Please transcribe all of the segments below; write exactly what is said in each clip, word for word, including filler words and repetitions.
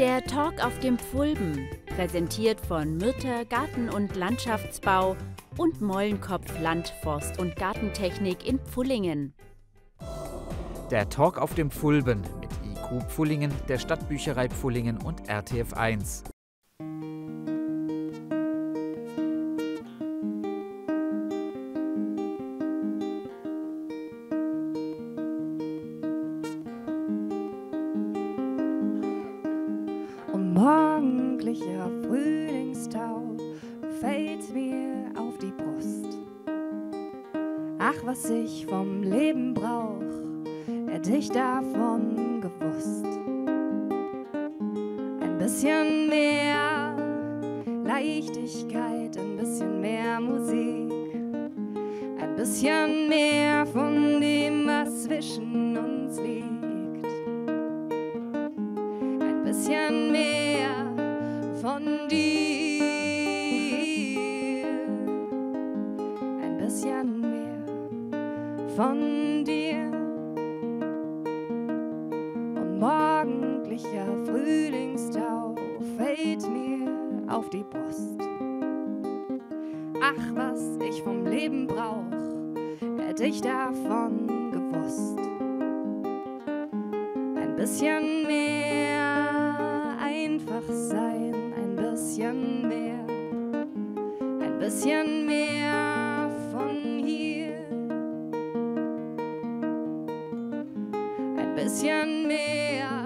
Der Talk auf dem Pfulben, präsentiert von Myrthe Garten- und Landschaftsbau und Mollenkopf Land-, Forst- und Gartentechnik in Pfullingen. Der Talk auf dem Pfulben mit I Q Pfullingen, der Stadtbücherei Pfullingen und R T F eins. Morgendlicher Frühlingstau fällt mir auf die Brust. Ach, was ich vom Leben brauch, hätte ich davon gewusst. Ein bisschen mehr Leichtigkeit, ein bisschen mehr Musik, ein bisschen mehr von dem, was zwischen uns liegt. Ein bisschen mehr von dir, ein bisschen mehr von dir. Und morgendlicher Frühlingstau fällt mir auf die Brust. Ach, was ich vom Leben brauch, hätte ich davon gewusst. Ein bisschen mehr einfach sein, ein bisschen mehr, ein bisschen mehr von hier, ein bisschen mehr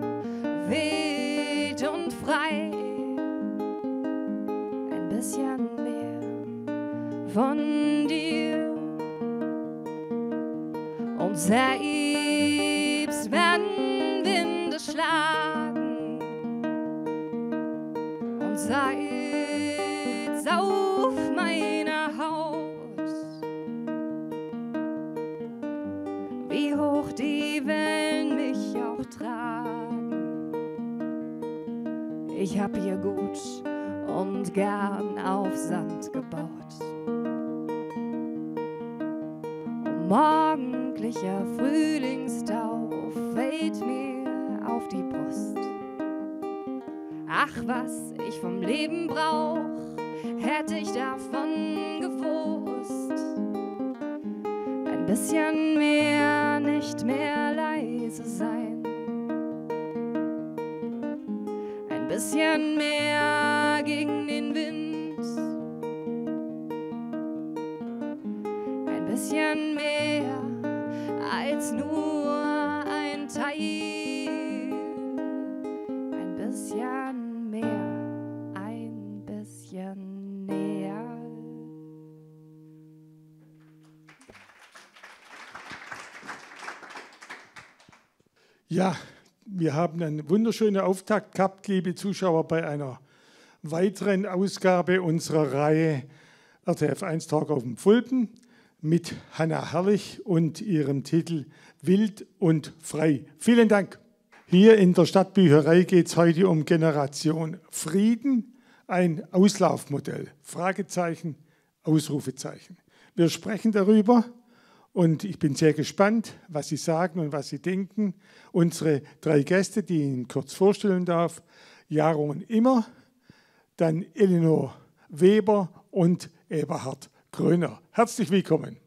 wild und frei, ein bisschen mehr von dir. Und selbst wenn Winde schlagen und Salz auf meiner Haut, wie hoch die Wellen mich auch tragen, ich hab hier gut und gern auf Sand gebaut. Und morgendlicher Frühlingstau fällt mir auf die Brust. Ach, was ich vom Leben brauch, hätte ich davon gewusst. Ein bisschen mehr, nicht mehr leise sein. Ein bisschen mehr gegen den Wind. Ein bisschen mehr als nur ein Teil. Ein bisschen mehr, ein bisschen näher. Ja, wir haben einen wunderschönen Auftakt gehabt, liebe Zuschauer, bei einer weiteren Ausgabe unserer Reihe R T F eins Talk auf dem Pfulben mit Hannah Herrlich und ihrem Titel Wild und frei. Vielen Dank. Hier in der Stadtbücherei geht es heute um Generation Frieden, ein Auslaufmodell. Fragezeichen, Ausrufezeichen. Wir sprechen darüber und ich bin sehr gespannt, was Sie sagen und was Sie denken. Unsere drei Gäste, die ich Ihnen kurz vorstellen darf: Jaron Immer, dann Elinor Weber und Eberhard Gröner. Herzlich willkommen.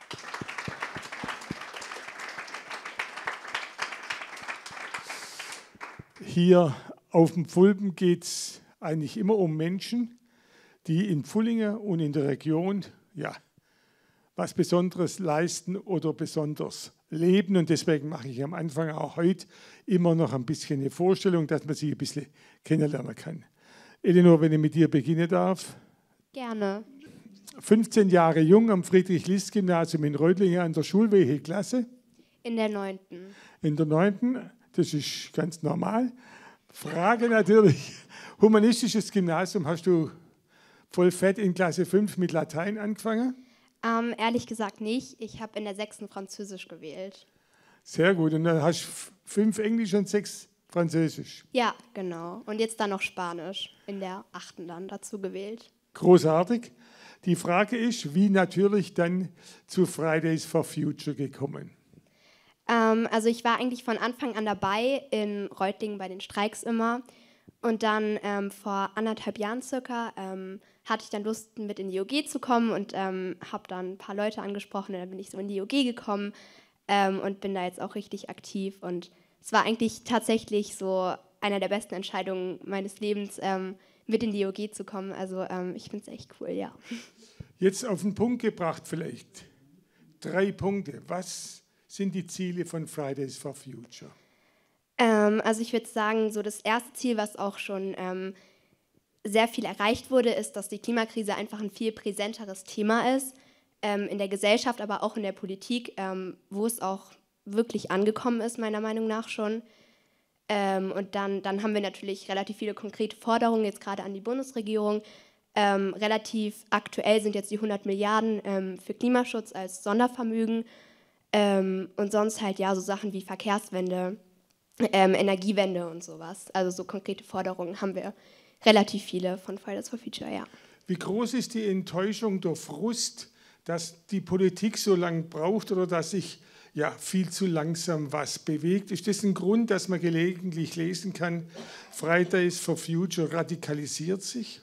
Hier auf dem Pfulben geht es eigentlich immer um Menschen, die in Pfullingen und in der Region ja, was Besonderes leisten oder besonders leben. Und deswegen mache ich am Anfang auch heute immer noch ein bisschen eine Vorstellung, dass man sie ein bisschen kennenlernen kann. Elinor, wenn ich mit dir beginnen darf. Gerne. fünfzehn Jahre jung am Friedrich-List-Gymnasium in Reutlingen an der Schule. Welche Klasse? In der neunten. In der neunten. Das ist ganz normal. Frage natürlich, humanistisches Gymnasium, hast du voll fett in Klasse fünf mit Latein angefangen? Ähm, ehrlich gesagt nicht. Ich habe in der sechsten Französisch gewählt. Sehr gut. Und dann hast du fünf Englisch und sechs Französisch. Ja, genau. Und jetzt dann noch Spanisch in der achten dann dazu gewählt. Großartig. Die Frage ist, wie natürlich dann zu Fridays for Future gekommen? Ähm, Ähm, also ich war eigentlich von Anfang an dabei in Reutlingen bei den Streiks immer. Und dann ähm, vor anderthalb Jahren circa ähm, hatte ich dann Lust, mit in die O G zu kommen und ähm, habe dann ein paar Leute angesprochen und dann bin ich so in die O G gekommen ähm, und bin da jetzt auch richtig aktiv. Und es war eigentlich tatsächlich so einer der besten Entscheidungen meines Lebens, ähm, mit in die O G zu kommen. Also ähm, ich finde es echt cool, ja. Jetzt auf den Punkt gebracht vielleicht. Drei Punkte. Was sind die Ziele von Fridays for Future? Ähm, also ich würde sagen, so das erste Ziel, was auch schon ähm, sehr viel erreicht wurde, ist, dass die Klimakrise einfach ein viel präsenteres Thema ist, ähm, in der Gesellschaft, aber auch in der Politik, ähm, wo es auch wirklich angekommen ist, meiner Meinung nach schon. Ähm, und dann, dann haben wir natürlich relativ viele konkrete Forderungen, jetzt gerade an die Bundesregierung. Ähm, relativ aktuell sind jetzt die hundert Milliarden ähm, für Klimaschutz als Sondervermögen ähm, und sonst halt ja so Sachen wie Verkehrswende, Ähm, Energiewende und sowas. Also so konkrete Forderungen haben wir relativ viele von Fridays for Future, ja. Wie groß ist die Enttäuschung, der Frust, dass die Politik so lange braucht oder dass sich ja viel zu langsam was bewegt? Ist das ein Grund, dass man gelegentlich lesen kann, Fridays for Future radikalisiert sich?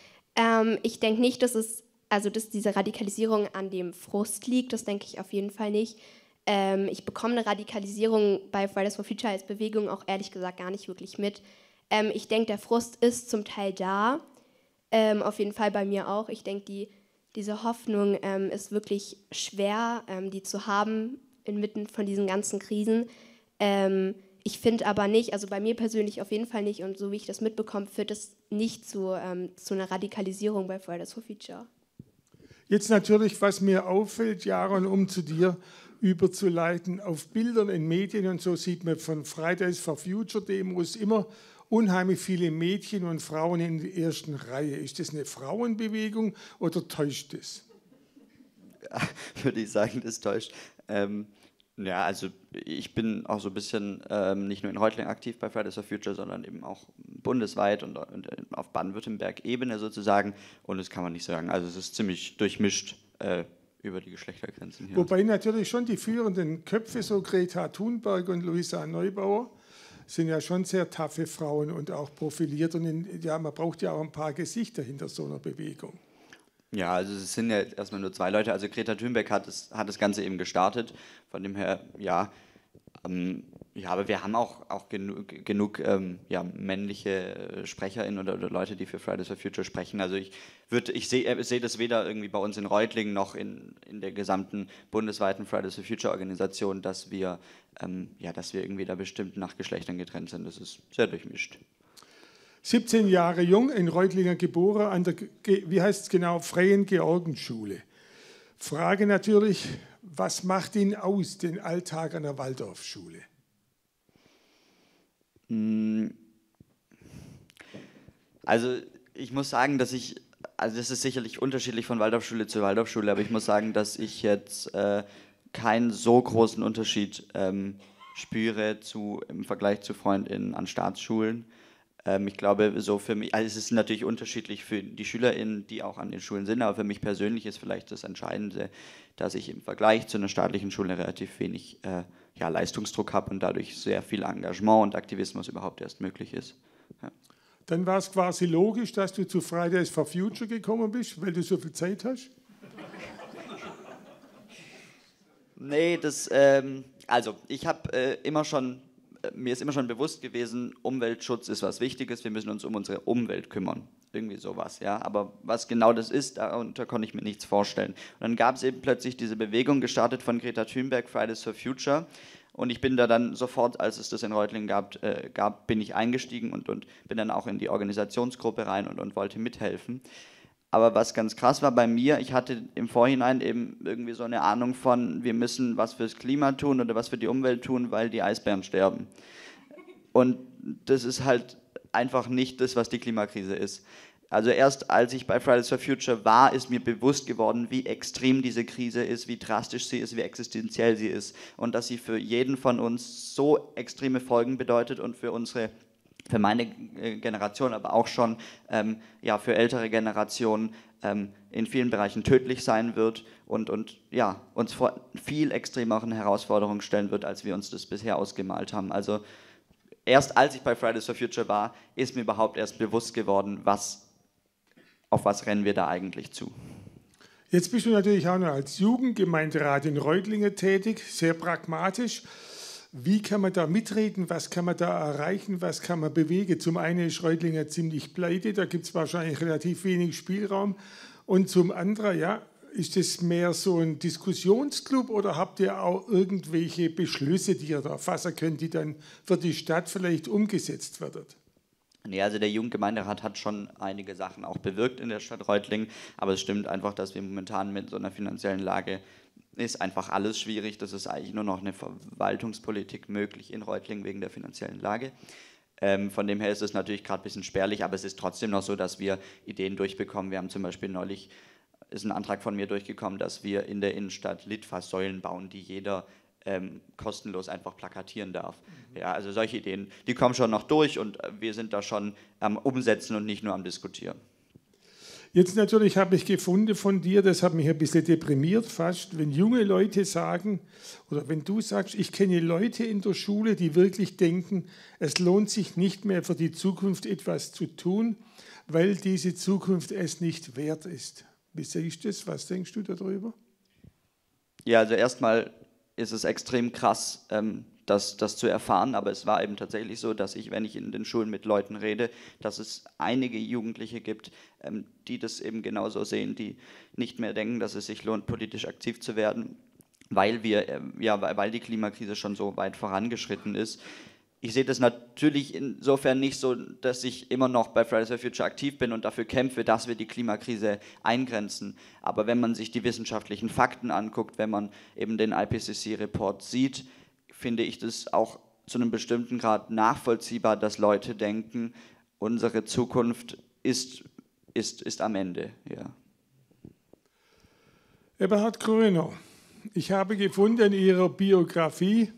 Ähm, ich denke nicht, dass es, also dass diese Radikalisierung an dem Frust liegt, das denke ich auf jeden Fall nicht. Ähm, ich bekomme eine Radikalisierung bei Fridays for Future als Bewegung auch ehrlich gesagt gar nicht wirklich mit. Ähm, ich denke, der Frust ist zum Teil da, ähm, auf jeden Fall bei mir auch. Ich denke, die, diese Hoffnung ähm, ist wirklich schwer, ähm, die zu haben inmitten von diesen ganzen Krisen. Ähm, ich finde aber nicht, also bei mir persönlich auf jeden Fall nicht und so wie ich das mitbekomme, führt es nicht zu, ähm, zu einer Radikalisierung bei Fridays for Future. Jetzt natürlich, was mir auffällt, Jaron, um zu dir überzuleiten, auf Bildern in Medien und so sieht man von Fridays for Future Demos immer unheimlich viele Mädchen und Frauen in der ersten Reihe. Ist das eine Frauenbewegung oder täuscht das? Ja, würde ich sagen, das täuscht. Ähm, ja, also ich bin auch so ein bisschen ähm, nicht nur in Reutlingen aktiv bei Fridays for Future, sondern eben auch bundesweit und, und auf Baden-Württemberg-Ebene sozusagen. Und das kann man nicht sagen. Also es ist ziemlich durchmischt äh, über die Geschlechtergrenzen hier. Wobei natürlich schon die führenden Köpfe, so Greta Thunberg und Luisa Neubauer, sind ja schon sehr taffe Frauen und auch profiliert. Und in, ja, man braucht ja auch ein paar Gesichter hinter so einer Bewegung. Ja, also es sind ja erstmal nur zwei Leute. Also Greta Thunberg hat das, hat das Ganze eben gestartet. Von dem her, ja, ähm, ja, aber wir haben auch, auch genug, genug ähm, ja, männliche SprecherInnen oder, oder Leute, die für Fridays for Future sprechen. Also ich, würd, ich sehe äh, seh das weder irgendwie bei uns in Reutlingen noch in, in der gesamten bundesweiten Fridays for Future Organisation, dass wir, ähm, ja, dass wir irgendwie da bestimmt nach Geschlechtern getrennt sind. Das ist sehr durchmischt. siebzehn Jahre jung, in Reutlingen geboren, an der, wie heißt es genau, Freien Georgenschule. Frage natürlich, was macht ihn aus, den Alltag an der Waldorfschule? Also ich muss sagen, dass ich, also das ist sicherlich unterschiedlich von Waldorfschule zu Waldorfschule, aber ich muss sagen, dass ich jetzt äh, keinen so großen Unterschied ähm, spüre zu, im Vergleich zu FreundInnen an Staatsschulen. Ähm, ich glaube, so für mich, also es ist natürlich unterschiedlich für die SchülerInnen, die auch an den Schulen sind, aber für mich persönlich ist vielleicht das Entscheidende, dass ich im Vergleich zu einer staatlichen Schule relativ wenig äh, ja, Leistungsdruck habe und dadurch sehr viel Engagement und Aktivismus überhaupt erst möglich ist. Ja. Dann war es quasi logisch, dass du zu Fridays for Future gekommen bist, weil du so viel Zeit hast? Nee, das, ähm, also ich habe äh, immer schon, äh, mir ist immer schon bewusst gewesen, Umweltschutz ist was Wichtiges, wir müssen uns um unsere Umwelt kümmern. Irgendwie sowas, ja. Aber was genau das ist, darunter konnte ich mir nichts vorstellen. Und dann gab es eben plötzlich diese Bewegung, gestartet von Greta Thunberg, Fridays for Future. Und ich bin da dann sofort, als es das in Reutlingen gab, äh, gab bin ich eingestiegen und, und bin dann auch in die Organisationsgruppe rein und, und wollte mithelfen. Aber was ganz krass war bei mir, ich hatte im Vorhinein eben irgendwie so eine Ahnung von, wir müssen was fürs Klima tun oder was für die Umwelt tun, weil die Eisbären sterben. Und das ist halt einfach nicht das, was die Klimakrise ist. Also erst als ich bei Fridays for Future war, ist mir bewusst geworden, wie extrem diese Krise ist, wie drastisch sie ist, wie existenziell sie ist und dass sie für jeden von uns so extreme Folgen bedeutet und für unsere für meine äh, Generation, aber auch schon ähm, ja, für ältere Generationen ähm, in vielen Bereichen tödlich sein wird und, und ja, uns vor viel extremeren Herausforderungen stellen wird, als wir uns das bisher ausgemalt haben. Also erst als ich bei Fridays for Future war, ist mir überhaupt erst bewusst geworden, was, auf was rennen wir da eigentlich zu. Jetzt bist du natürlich auch noch als Jugendgemeinderat in Reutlingen tätig, sehr pragmatisch. Wie kann man da mitreden, was kann man da erreichen, was kann man bewegen? Zum einen ist Reutlingen ziemlich pleite, da gibt es wahrscheinlich relativ wenig Spielraum. Und zum anderen, ja, ist das mehr so ein Diskussionsclub oder habt ihr auch irgendwelche Beschlüsse, die ihr da fassen könnt, die dann für die Stadt vielleicht umgesetzt werden? Nee, also der Jugendgemeinderat hat schon einige Sachen auch bewirkt in der Stadt Reutlingen, aber es stimmt einfach, dass wir momentan mit so einer finanziellen Lage ist einfach alles schwierig. Das ist eigentlich nur noch eine Verwaltungspolitik möglich in Reutlingen wegen der finanziellen Lage. Ähm, von dem her ist es natürlich gerade ein bisschen spärlich, aber es ist trotzdem noch so, dass wir Ideen durchbekommen. Wir haben zum Beispiel neulich, ist ein Antrag von mir durchgekommen, dass wir in der Innenstadt Litfaßsäulen bauen, die jeder ähm, kostenlos einfach plakatieren darf. Mhm. Ja, also solche Ideen, die kommen schon noch durch und wir sind da schon am Umsetzen und nicht nur am Diskutieren. Jetzt natürlich habe ich gefunden von dir, das hat mich ein bisschen deprimiert fast, wenn junge Leute sagen, oder wenn du sagst, ich kenne Leute in der Schule, die wirklich denken, es lohnt sich nicht mehr für die Zukunft etwas zu tun, weil diese Zukunft es nicht wert ist. Wie siehst du das? Was denkst du darüber? Ja, also erstmal ist es extrem krass, ähm, das, das zu erfahren, aber es war eben tatsächlich so, dass ich, wenn ich in den Schulen mit Leuten rede, dass es einige Jugendliche gibt, ähm, die das eben genauso sehen, die nicht mehr denken, dass es sich lohnt, politisch aktiv zu werden, weil wir, äh, ja, weil die Klimakrise schon so weit vorangeschritten ist. Ich sehe das natürlich insofern nicht so, dass ich immer noch bei Fridays for Future aktiv bin und dafür kämpfe, dass wir die Klimakrise eingrenzen. Aber wenn man sich die wissenschaftlichen Fakten anguckt, wenn man eben den I P C C-Report sieht, finde ich das auch zu einem bestimmten Grad nachvollziehbar, dass Leute denken, unsere Zukunft ist, ist, ist am Ende. Ja. Eberhard Gröner, ich habe gefunden in Ihrer Biografie,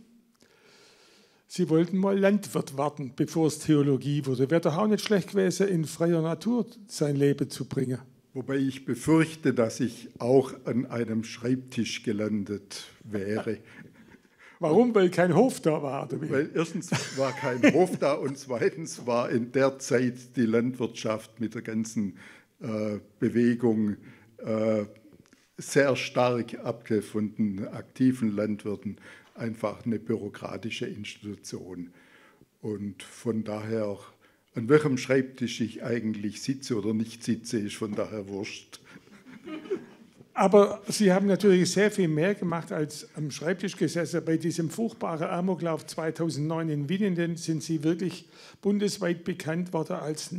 Sie wollten mal Landwirt werden, bevor es Theologie wurde. Wäre doch auch nicht schlecht gewesen, in freier Natur sein Leben zu bringen. Wobei ich befürchte, dass ich auch an einem Schreibtisch gelandet wäre. Warum? Weil kein Hof da war? Oder wie? Weil erstens war kein Hof da und zweitens war in der Zeit die Landwirtschaft mit der ganzen äh, Bewegung äh, sehr stark abge von den aktiven Landwirten einfach eine bürokratische Institution. Und von daher auch, an welchem Schreibtisch ich eigentlich sitze oder nicht sitze, ist von daher wurscht. Aber Sie haben natürlich sehr viel mehr gemacht als am Schreibtisch gesessen. Bei diesem furchtbaren Amoklauf zweitausendneun in Winnenden sind Sie wirklich bundesweit bekannt worden als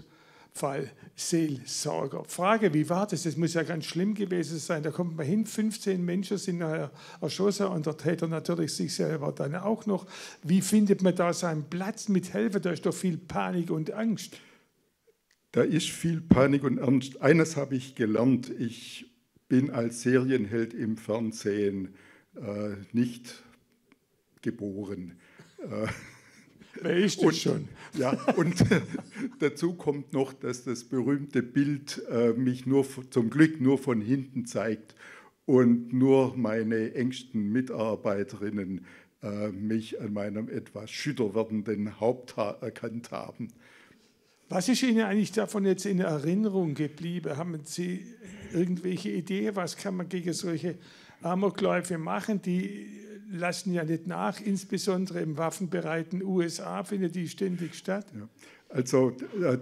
Notfallseelsorger. Frage, wie war das? Das muss ja ganz schlimm gewesen sein. Da kommt man hin, fünfzehn Menschen sind nachher erschossen und der Täter natürlich sich selber dann auch noch. Wie findet man da seinen Platz mit Helfen? Da ist doch viel Panik und Angst. Da ist viel Panik und Angst. Eines habe ich gelernt, ich bin als Serienheld im Fernsehen äh, nicht geboren. Äh, Wer ist das und, schon? Ja, und dazu kommt noch, dass das berühmte Bild äh, mich nur zum Glück nur von hinten zeigt und nur meine engsten Mitarbeiterinnen äh, mich an meinem etwas schütter werdenden Haupthaar erkannt haben. Was ist Ihnen eigentlich davon jetzt in Erinnerung geblieben? Haben Sie irgendwelche Ideen, was kann man gegen solche Amokläufe machen? Die lassen ja nicht nach, insbesondere im waffenbereiten U S A findet die ständig statt. Ja, also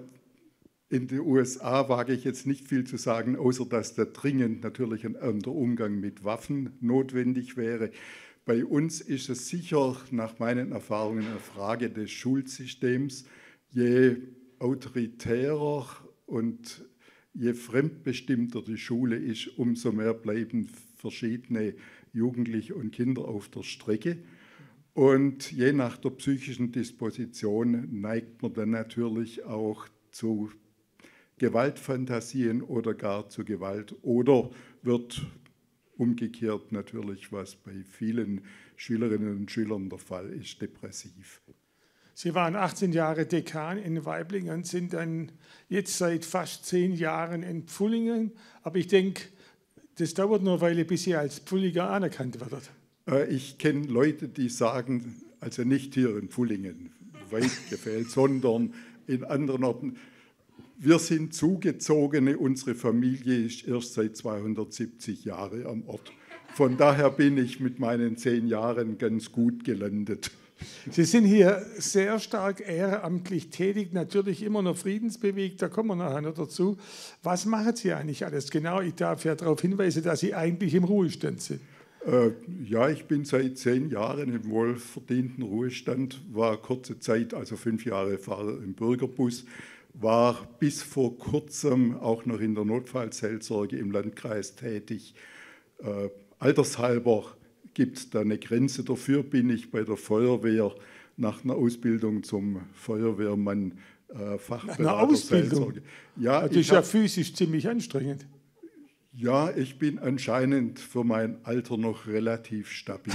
in den U S A wage ich jetzt nicht viel zu sagen, außer dass da dringend natürlich ein anderer Umgang mit Waffen notwendig wäre. Bei uns ist es sicher nach meinen Erfahrungen eine Frage des Schulsystems. Je autoritärer und je fremdbestimmter die Schule ist, umso mehr bleiben verschiedene Jugendliche und Kinder auf der Strecke. Und je nach der psychischen Disposition neigt man dann natürlich auch zu Gewaltfantasien oder gar zu Gewalt oder wird umgekehrt natürlich, was bei vielen Schülerinnen und Schülern der Fall ist, depressiv. Sie waren achtzehn Jahre Dekan in Waiblingen und sind dann jetzt seit fast zehn Jahren in Pfullingen. Aber ich denke, das dauert nur eine Weile, bis Sie als Pfulliger anerkannt werden. Ich kenne Leute, die sagen, also nicht hier in Pfullingen, weit gefehlt, sondern in anderen Orten, wir sind Zugezogene, unsere Familie ist erst seit zweihundertsiebzig Jahren am Ort. Von daher bin ich mit meinen zehn Jahren ganz gut gelandet. Sie sind hier sehr stark ehrenamtlich tätig, natürlich immer noch friedensbewegt, da kommen wir nachher noch dazu. Was machen Sie eigentlich alles genau? Ich darf ja darauf hinweisen, dass Sie eigentlich im Ruhestand sind. Äh, ja, ich bin seit zehn Jahren im wohlverdienten Ruhestand, war kurze Zeit, also fünf Jahre Fahrer im Bürgerbus, war bis vor kurzem auch noch in der Notfallseelsorge im Landkreis tätig. Äh, altershalber gibt es da eine Grenze. Dafür bin ich bei der Feuerwehr nach einer Ausbildung zum Feuerwehrmann äh, Fachberater Seelsorge. Ja, das ist ja physisch ziemlich anstrengend. Ja, ich bin anscheinend für mein Alter noch relativ stabil.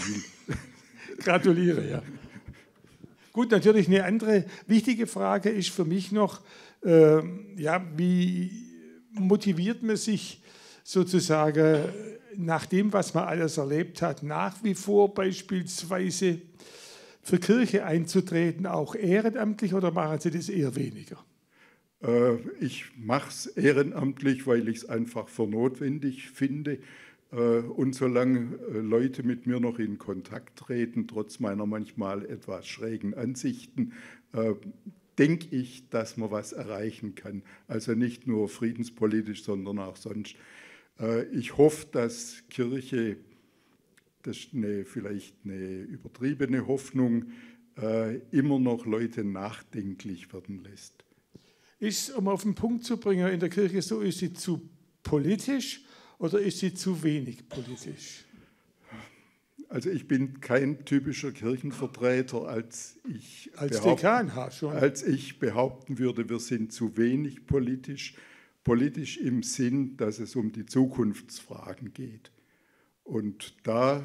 Gratuliere, ja. Gut, natürlich eine andere wichtige Frage ist für mich noch, äh, ja, wie motiviert man sich sozusagen nach dem, was man alles erlebt hat, nach wie vor beispielsweise für Kirche einzutreten, auch ehrenamtlich, oder machen Sie das eher weniger? Äh, ich mache es ehrenamtlich, weil ich es einfach für notwendig finde. Äh, und solange äh, Leute mit mir noch in Kontakt treten, trotz meiner manchmal etwas schrägen Ansichten, äh, denke ich, dass man was erreichen kann. Also nicht nur friedenspolitisch, sondern auch sonst. Ich hoffe, dass Kirche, das ist eine, vielleicht eine übertriebene Hoffnung, immer noch Leute nachdenklich werden lässt. Ist, um auf den Punkt zu bringen, in der Kirche so, ist sie zu politisch oder ist sie zu wenig politisch? Also ich bin kein typischer Kirchenvertreter, als ich, als Dekan, schon. als ich behaupten würde, wir sind zu wenig politisch. Politisch im Sinn, dass es um die Zukunftsfragen geht. Und da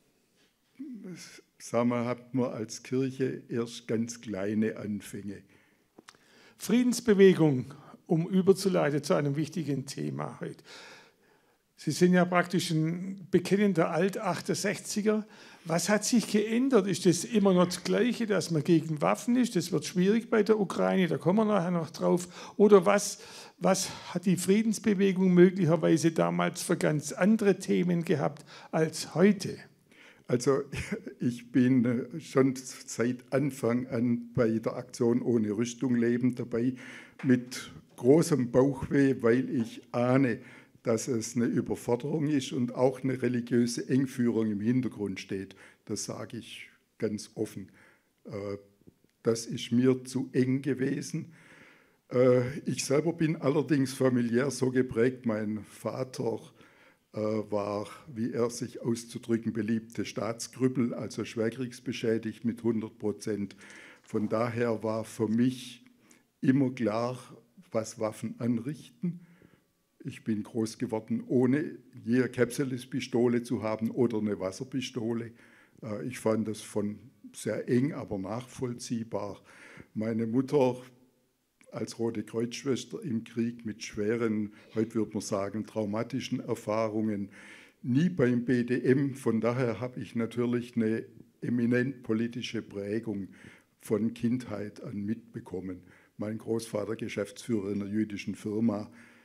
sagen wir, hat man als Kirche erst ganz kleine Anfänge. Friedensbewegung, um überzuleiten zu einem wichtigen Thema heute. Sie sind ja praktisch ein bekennender Alt-achtundsechziger. Was hat sich geändert? Ist das immer noch das Gleiche, dass man gegen Waffen ist? Das wird schwierig bei der Ukraine, da kommen wir nachher noch drauf. Oder was, was hat die Friedensbewegung möglicherweise damals für ganz andere Themen gehabt als heute? Also ich bin schon seit Anfang an bei der Aktion Ohne Rüstung leben dabei, mit großem Bauchweh, weil ich ahne, dass es eine Überforderung ist und auch eine religiöse Engführung im Hintergrund steht. Das sage ich ganz offen. Das ist mir zu eng gewesen. Ich selber bin allerdings familiär so geprägt. Mein Vater war, wie er sich auszudrücken beliebte, Staatskrüppel, also schwerkriegsbeschädigt mit hundert Prozent. Von daher war für mich immer klar, was Waffen anrichten. Ich bin groß geworden, ohne je eine Capsulis-Pistole zu haben oder eine Wasserpistole. Ich fand das von sehr eng, aber nachvollziehbar. Meine Mutter als Rote Kreuzschwester im Krieg mit schweren, heute würde man sagen, traumatischen Erfahrungen, nie beim B D M. Von daher habe ich natürlich eine eminent politische Prägung von Kindheit an mitbekommen. Mein Großvater, Geschäftsführer in einer jüdischen Firma.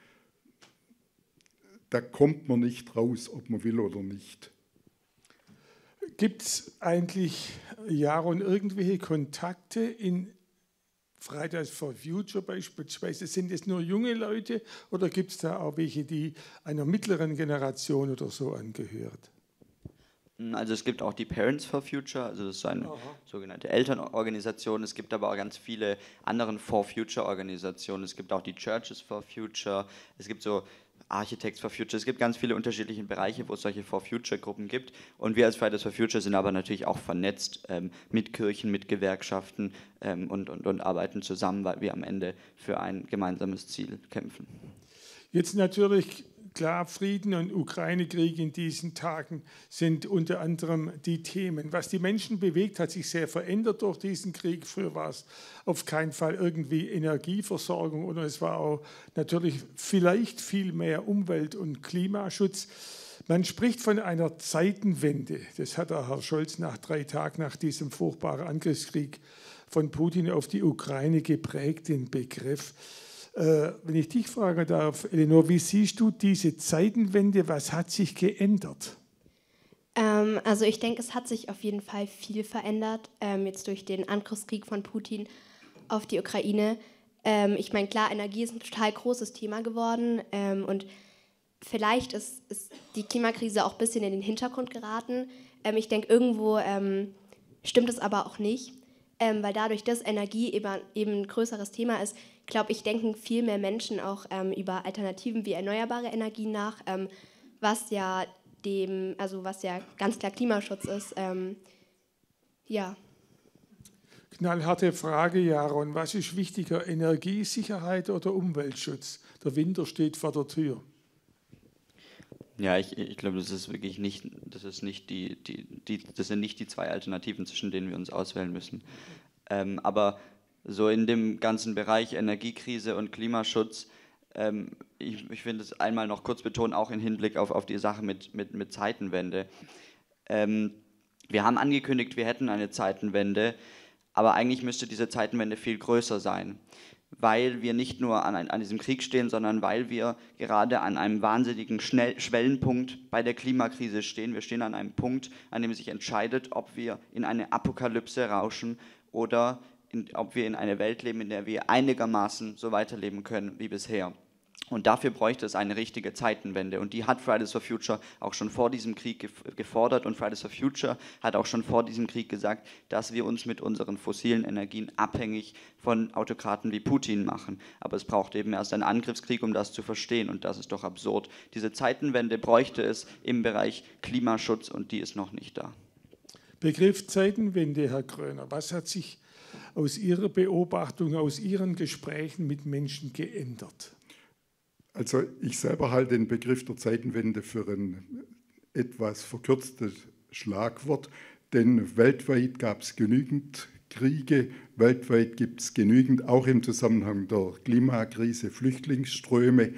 Da kommt man nicht raus, ob man will oder nicht. Gibt es eigentlich, Jaron, irgendwelche Kontakte in Fridays for Future beispielsweise? Sind es nur junge Leute oder gibt es da auch welche, die einer mittleren Generation oder so angehört? Also es gibt auch die Parents for Future, also das ist so eine Aha. sogenannte Elternorganisation. Es gibt aber auch ganz viele andere For Future Organisationen. Es gibt auch die Churches for Future. Es gibt so Architects for Future. Es gibt ganz viele unterschiedliche Bereiche, wo es solche For Future Gruppen gibt. Und wir als Fridays for Future sind aber natürlich auch vernetzt ähm, mit Kirchen, mit Gewerkschaften ähm, und, und, und arbeiten zusammen, weil wir am Ende für ein gemeinsames Ziel kämpfen. Jetzt natürlich Klar, Frieden und Ukraine-Krieg in diesen Tagen sind unter anderem die Themen. Was die Menschen bewegt, hat sich sehr verändert durch diesen Krieg. Früher war es auf keinen Fall irgendwie Energieversorgung oder es war auch natürlich vielleicht viel mehr Umwelt- und Klimaschutz. Man spricht von einer Zeitenwende. Das hat auch Herr Scholz nach drei Tagen nach diesem furchtbaren Angriffskrieg von Putin auf die Ukraine geprägt, den Begriff. Äh, wenn ich dich fragen darf, Eleonore, wie siehst du diese Zeitenwende? Was hat sich geändert? Ähm, also ich denke, es hat sich auf jeden Fall viel verändert, ähm, jetzt durch den Angriffskrieg von Putin auf die Ukraine. Ähm, ich meine, klar, Energie ist ein total großes Thema geworden ähm, und vielleicht ist, ist die Klimakrise auch ein bisschen in den Hintergrund geraten. Ähm, ich denke, irgendwo ähm, stimmt es aber auch nicht, ähm, weil dadurch, dass Energie eben, eben ein größeres Thema ist, glaube ich, denken viel mehr Menschen auch ähm, über Alternativen wie erneuerbare Energien nach, ähm, was ja dem, also was ja ganz klar Klimaschutz ist. Ähm, ja. Knallharte Frage, Jaron. Was ist wichtiger, Energiesicherheit oder Umweltschutz? Der Winter steht vor der Tür. Ja, ich, ich glaube, das ist wirklich nicht, das ist nicht die, die, die, das sind nicht die zwei Alternativen, zwischen denen wir uns auswählen müssen. Ähm, aber so in dem ganzen Bereich Energiekrise und Klimaschutz, ähm, ich, ich finde es einmal noch kurz betonen, auch im Hinblick auf, auf die Sache mit, mit, mit Zeitenwende. Ähm, wir haben angekündigt, wir hätten eine Zeitenwende, aber eigentlich müsste diese Zeitenwende viel größer sein, weil wir nicht nur an, ein, an diesem Krieg stehen, sondern weil wir gerade an einem wahnsinnigen Schnell Schwellenpunkt bei der Klimakrise stehen. Wir stehen an einem Punkt, an dem sich entscheidet, ob wir in eine Apokalypse rauschen oder in, ob wir in einer Welt leben, in der wir einigermaßen so weiterleben können wie bisher. Und dafür bräuchte es eine richtige Zeitenwende. Und die hat Fridays for Future auch schon vor diesem Krieg gefordert. Und Fridays for Future hat auch schon vor diesem Krieg gesagt, dass wir uns mit unseren fossilen Energien abhängig von Autokraten wie Putin machen. Aber es braucht eben erst einen Angriffskrieg, um das zu verstehen. Und das ist doch absurd. Diese Zeitenwende bräuchte es im Bereich Klimaschutz und die ist noch nicht da. Begriff Zeitenwende, Herr Gröner. Was hat sich aus Ihrer Beobachtung, aus Ihren Gesprächen mit Menschen geändert? Also ich selber halte den Begriff der Zeitenwende für ein etwas verkürztes Schlagwort, denn weltweit gab es genügend Kriege, weltweit gibt es genügend, auch im Zusammenhang der Klimakrise, Flüchtlingsströme.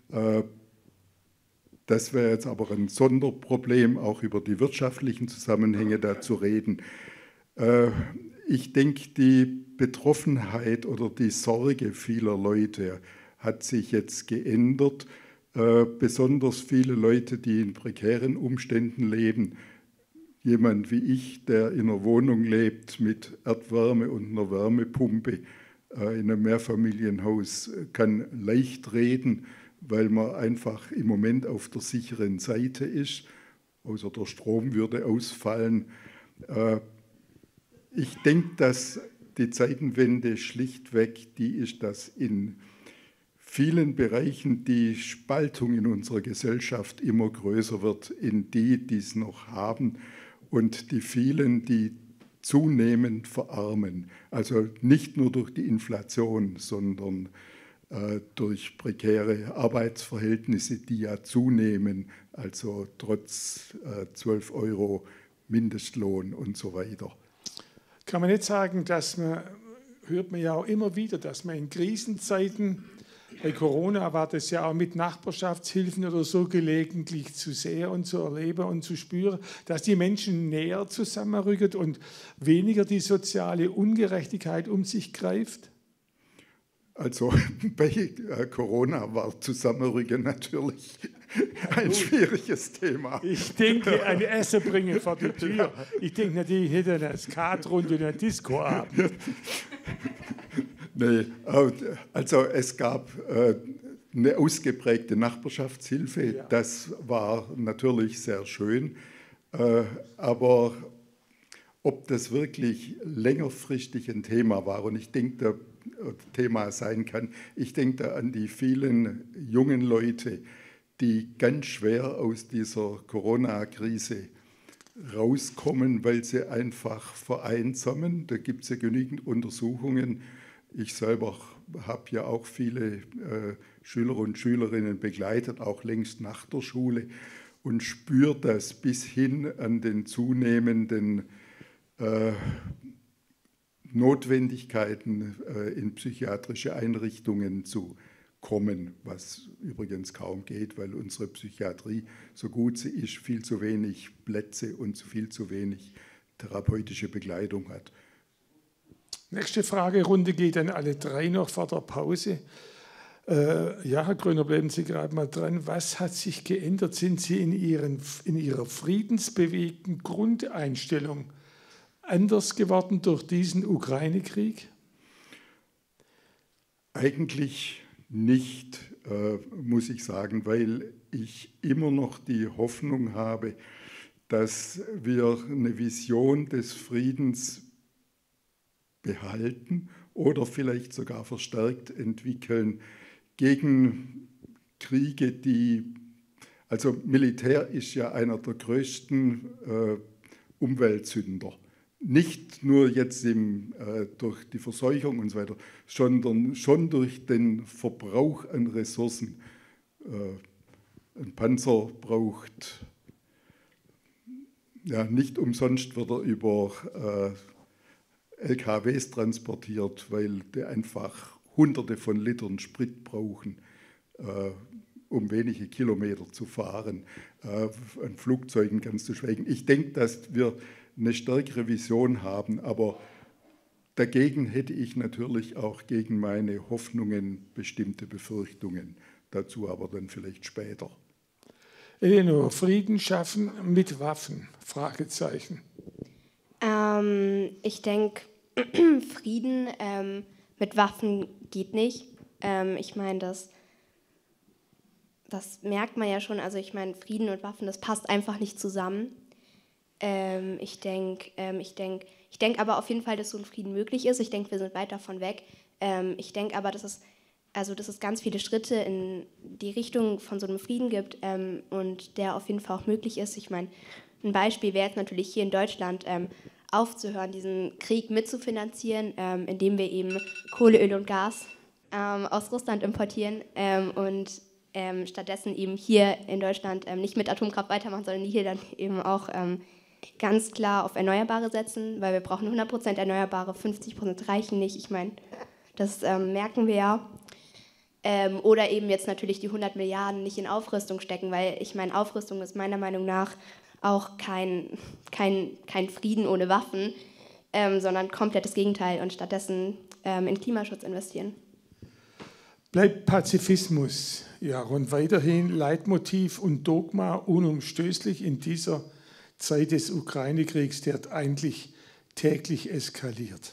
Das wäre jetzt aber ein Sonderproblem, auch über die wirtschaftlichen Zusammenhänge da zu reden. Ich denke, die Betroffenheit oder die Sorge vieler Leute hat sich jetzt geändert. Äh, besonders viele Leute, die in prekären Umständen leben. Jemand wie ich, der in einer Wohnung lebt mit Erdwärme und einer Wärmepumpe äh, in einem Mehrfamilienhaus, kann leicht reden, weil man einfach im Moment auf der sicheren Seite ist. Außer der Strom würde ausfallen. Äh, ich denke, dass die Zeitenwende schlichtweg die ist, dass in vielen Bereichen die Spaltung in unserer Gesellschaft immer größer wird in die, die es noch haben und die vielen, die zunehmend verarmen. Also nicht nur durch die Inflation, sondern äh, durch prekäre Arbeitsverhältnisse, die ja zunehmen, also trotz äh, zwölf Euro Mindestlohn und so weiter. Kann man nicht sagen, dass man, hört man ja auch immer wieder, dass man in Krisenzeiten, bei Corona war das ja auch mit Nachbarschaftshilfen oder so gelegentlich zu sehen und zu erleben und zu spüren, dass die Menschen näher zusammenrücken und weniger die soziale Ungerechtigkeit um sich greift? Also bei Corona war Zusammenrücken natürlich ein schwieriges Thema. Ich denke an Essen bringen vor die Tür. Ich denke natürlich nicht an eine Skatrunde und einen Discoabend. Nee, also es gab eine ausgeprägte Nachbarschaftshilfe. Ja. Das war natürlich sehr schön. Aber ob das wirklich längerfristig ein Thema war, und ich denke, da Thema sein kann. Ich denke da an die vielen jungen Leute, die ganz schwer aus dieser Corona-Krise rauskommen, weil sie einfach vereinsamen. Da gibt es ja genügend Untersuchungen, Ich selber habe ja auch viele äh, Schüler und Schülerinnen begleitet, auch längst nach der Schule, und spüre das bis hin an den zunehmenden äh, Notwendigkeiten, äh, in psychiatrische Einrichtungen zu kommen, was übrigens kaum geht, weil unsere Psychiatrie, so gut sie ist, viel zu wenig Plätze und viel zu wenig therapeutische Begleitung hat. Nächste Fragerunde geht an alle drei noch vor der Pause. Äh, ja, Herr Gröner, bleiben Sie gerade mal dran. Was hat sich geändert? Sind Sie in, Ihren, in Ihrer friedensbewegten Grundeinstellung anders geworden durch diesen Ukraine-Krieg? Eigentlich nicht, äh, muss ich sagen, weil ich immer noch die Hoffnung habe, dass wir eine Vision des Friedens behalten oder vielleicht sogar verstärkt entwickeln gegen Kriege, die, also Militär ist ja einer der größten äh, Umweltsünder. Nicht nur jetzt im, äh, durch die Verseuchung und so weiter, sondern schon durch den Verbrauch an Ressourcen. Äh, ein Panzer braucht, ja, nicht umsonst wird er über äh, L K Ws transportiert, weil die einfach Hunderte von Litern Sprit brauchen, äh, um wenige Kilometer zu fahren. Äh, an Flugzeugen ganz zu schweigen. Ich denke, dass wir eine stärkere Vision haben, aber dagegen hätte ich natürlich auch gegen meine Hoffnungen bestimmte Befürchtungen. Dazu aber dann vielleicht später. Eleonore, Frieden schaffen mit Waffen? Fragezeichen. Ähm, ich denke, Frieden ähm, mit Waffen geht nicht. Ähm, ich meine, das, das merkt man ja schon. Also ich meine, Frieden und Waffen, das passt einfach nicht zusammen. Ähm, ich denke ähm, ich denk, ich denk aber auf jeden Fall, dass so ein Frieden möglich ist. Ich denke, wir sind weit davon weg. Ähm, ich denke aber, dass es, also, dass es ganz viele Schritte in die Richtung von so einem Frieden gibt ähm, und der auf jeden Fall auch möglich ist. Ich meine, ein Beispiel wäre jetzt natürlich hier in Deutschland ähm, aufzuhören, diesen Krieg mitzufinanzieren, ähm, indem wir eben Kohle, Öl und Gas ähm, aus Russland importieren ähm, und ähm, stattdessen eben hier in Deutschland ähm, nicht mit Atomkraft weitermachen, sondern hier dann eben auch ähm, ganz klar auf Erneuerbare setzen, weil wir brauchen hundert Prozent Erneuerbare, fünfzig Prozent reichen nicht. Ich meine, das ähm, merken wir ja. Ähm, oder eben jetzt natürlich die hundert Milliarden nicht in Aufrüstung stecken, weil ich meine, Aufrüstung ist meiner Meinung nach auch kein, kein, kein Frieden ohne Waffen, ähm, sondern komplett das Gegenteil und stattdessen ähm, in Klimaschutz investieren. Bleibt Pazifismus, ja, und weiterhin Leitmotiv und Dogma unumstößlich in dieser Zeit des Ukraine-Kriegs, der eigentlich täglich eskaliert?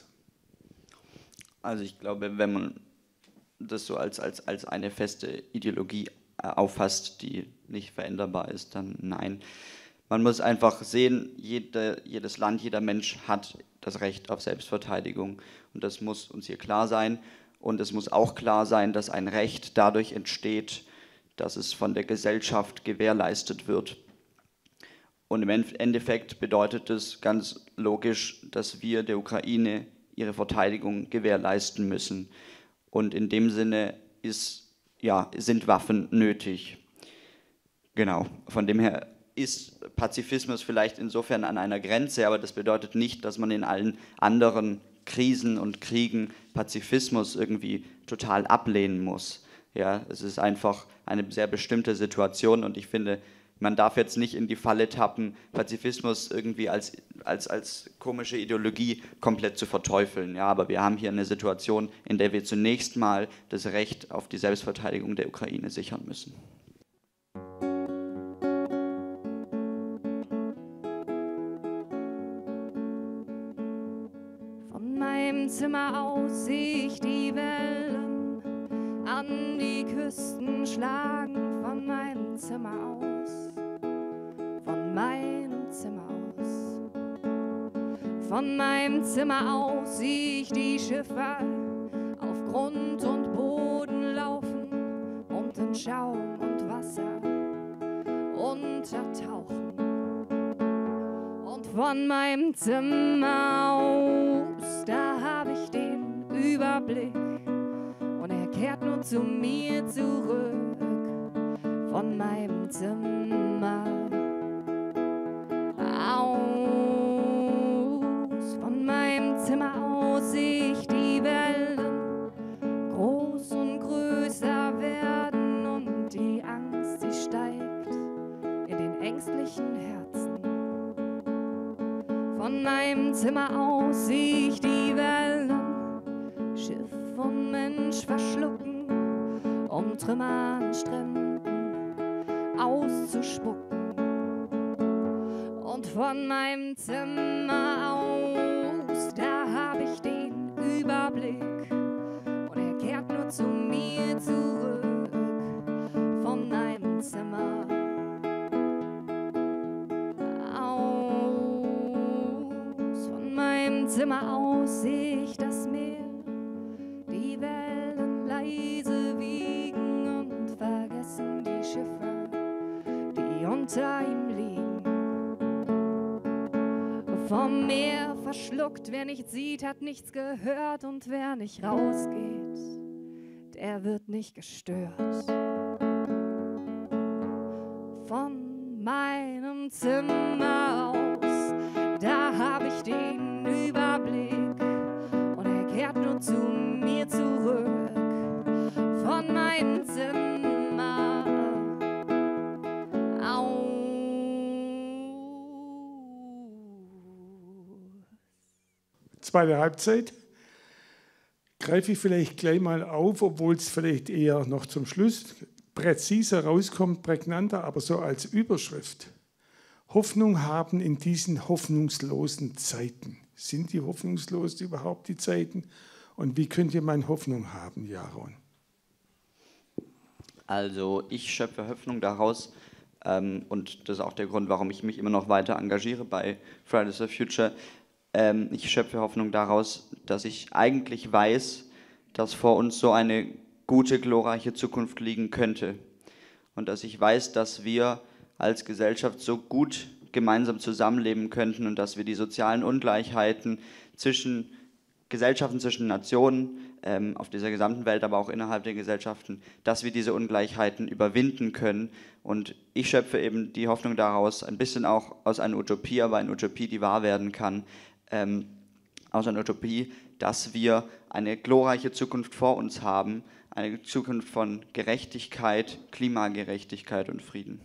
Also ich glaube, wenn man das so als, als, als eine feste Ideologie auffasst, die nicht veränderbar ist, dann nein. Man muss einfach sehen, jede, jedes Land, jeder Mensch hat das Recht auf Selbstverteidigung. Und das muss uns hier klar sein. Und es muss auch klar sein, dass ein Recht dadurch entsteht, dass es von der Gesellschaft gewährleistet wird. Und im Endeffekt bedeutet es ganz logisch, dass wir der Ukraine ihre Verteidigung gewährleisten müssen. Und in dem Sinne ist, ja, sind Waffen nötig. Genau, von dem her ist Pazifismus vielleicht insofern an einer Grenze, aber das bedeutet nicht, dass man in allen anderen Krisen und Kriegen Pazifismus irgendwie total ablehnen muss. Ja, es ist einfach eine sehr bestimmte Situation und ich finde, man darf jetzt nicht in die Falle tappen, Pazifismus irgendwie als, als, als komische Ideologie komplett zu verteufeln. Ja, aber wir haben hier eine Situation, in der wir zunächst mal das Recht auf die Selbstverteidigung der Ukraine sichern müssen. Von meinem Zimmer aus sehe ich die Wellen an die Küsten schlagen. Von meinem Zimmer aus. Von meinem Zimmer aus, von meinem Zimmer aus sehe ich die Schiffe auf Grund und Boden laufen und in Schaum und Wasser untertauchen. Und von meinem Zimmer aus, da habe ich den Überblick und er kehrt nur zu mir zurück von meinem Zimmer aus. Von meinem Zimmer aus sehe ich die Wellen groß und größer werden und die Angst, sie steigt in den ängstlichen Herzen. Von meinem Zimmer aus sehe ich die Wellen, Schiff und Mensch verschlucken, um Trümmer an Stränden auszuspucken. Und von meinem Zimmer aus, da habe ich den Überblick und er kehrt nur zu mir zurück von meinem Zimmer aus. Von meinem Zimmer aus sehe ich das Meer, die Wellen leise wiegen und vergessen die Schiffe, die unter ihm liegen. Vom Meer verschluckt, wer nicht sieht, hat nichts gehört und wer nicht rausgeht, der wird nicht gestört. Von meinem Zimmer aus, da habe ich den Überblick und er kehrt nur zu mir zurück. Von meinem Zimmer aus. Zweite Halbzeit. Greife ich vielleicht gleich mal auf, obwohl es vielleicht eher noch zum Schluss präziser rauskommt, prägnanter, aber so als Überschrift. Hoffnung haben in diesen hoffnungslosen Zeiten. Sind die hoffnungslos überhaupt die Zeiten? Und wie könnte man Hoffnung haben, Jaron? Also ich schöpfe Hoffnung daraus ähm, und das ist auch der Grund, warum ich mich immer noch weiter engagiere bei Fridays for Future. Ähm, ich schöpfe Hoffnung daraus, dass ich eigentlich weiß, dass vor uns so eine gute, glorreiche Zukunft liegen könnte. Und dass ich weiß, dass wir als Gesellschaft so gut gemeinsam zusammenleben könnten und dass wir die sozialen Ungleichheiten zwischen Gesellschaften, zwischen Nationen, ähm, auf dieser gesamten Welt, aber auch innerhalb der Gesellschaften, dass wir diese Ungleichheiten überwinden können. Und ich schöpfe eben die Hoffnung daraus, ein bisschen auch aus einer Utopie, aber eine Utopie, die wahr werden kann, ähm, aus einer Utopie, dass wir eine glorreiche Zukunft vor uns haben, eine Zukunft von Gerechtigkeit, Klimagerechtigkeit und Frieden.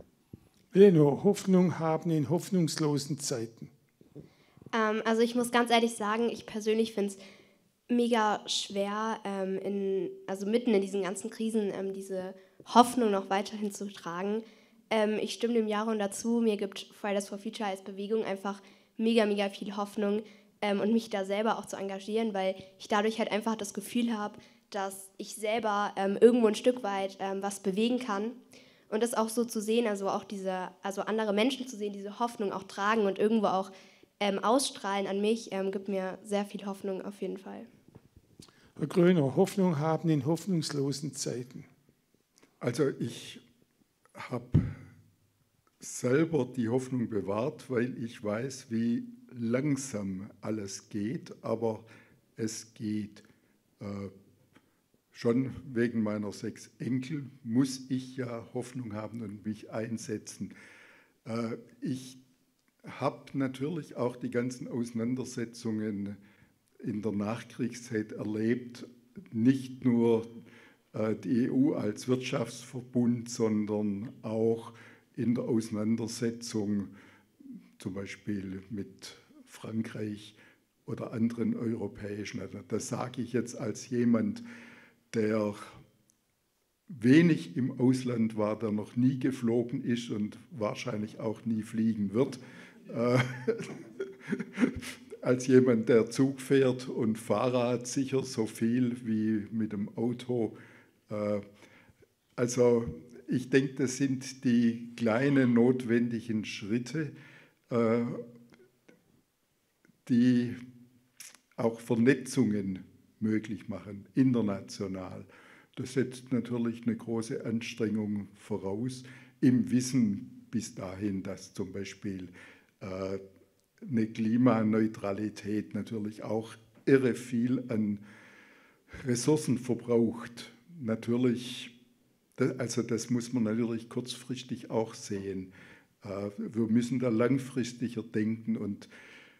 Leno, Hoffnung haben in hoffnungslosen Zeiten. Ähm, also ich muss ganz ehrlich sagen, ich persönlich finde es mega schwer, ähm, in, also mitten in diesen ganzen Krisen ähm, diese Hoffnung noch weiterhin zu tragen. Ähm, ich stimme dem Jaron dazu, mir gibt Fridays for Future als Bewegung einfach mega, mega viel Hoffnung ähm, und mich da selber auch zu engagieren, weil ich dadurch halt einfach das Gefühl habe, dass ich selber ähm, irgendwo ein Stück weit ähm, was bewegen kann. Und das auch so zu sehen, also auch diese, also andere Menschen zu sehen, diese Hoffnung auch tragen und irgendwo auch ähm, ausstrahlen an mich, ähm, gibt mir sehr viel Hoffnung auf jeden Fall. Herr Gröner, Hoffnung haben in hoffnungslosen Zeiten. Also ich habe selber die Hoffnung bewahrt, weil ich weiß, wie langsam alles geht, aber es geht. Äh, Schon wegen meiner sechs Enkel muss ich ja Hoffnung haben und mich einsetzen. Ich habe natürlich auch die ganzen Auseinandersetzungen in der Nachkriegszeit erlebt, nicht nur die E U als Wirtschaftsverbund, sondern auch in der Auseinandersetzung zum Beispiel mit Frankreich oder anderen europäischen Ländern. Das sage ich jetzt als jemand, der wenig im Ausland war, der noch nie geflogen ist und wahrscheinlich auch nie fliegen wird, äh, als jemand, der Zug fährt und Fahrrad sicher so viel wie mit dem Auto. Äh, also ich denke, das sind die kleinen notwendigen Schritte, äh, die auch Vernetzungen möglich machen, international. Das setzt natürlich eine große Anstrengung voraus, im Wissen bis dahin, dass zum Beispiel äh, eine Klimaneutralität natürlich auch irre viel an Ressourcen verbraucht. Natürlich, also das muss man natürlich kurzfristig auch sehen. Wir müssen da langfristiger denken und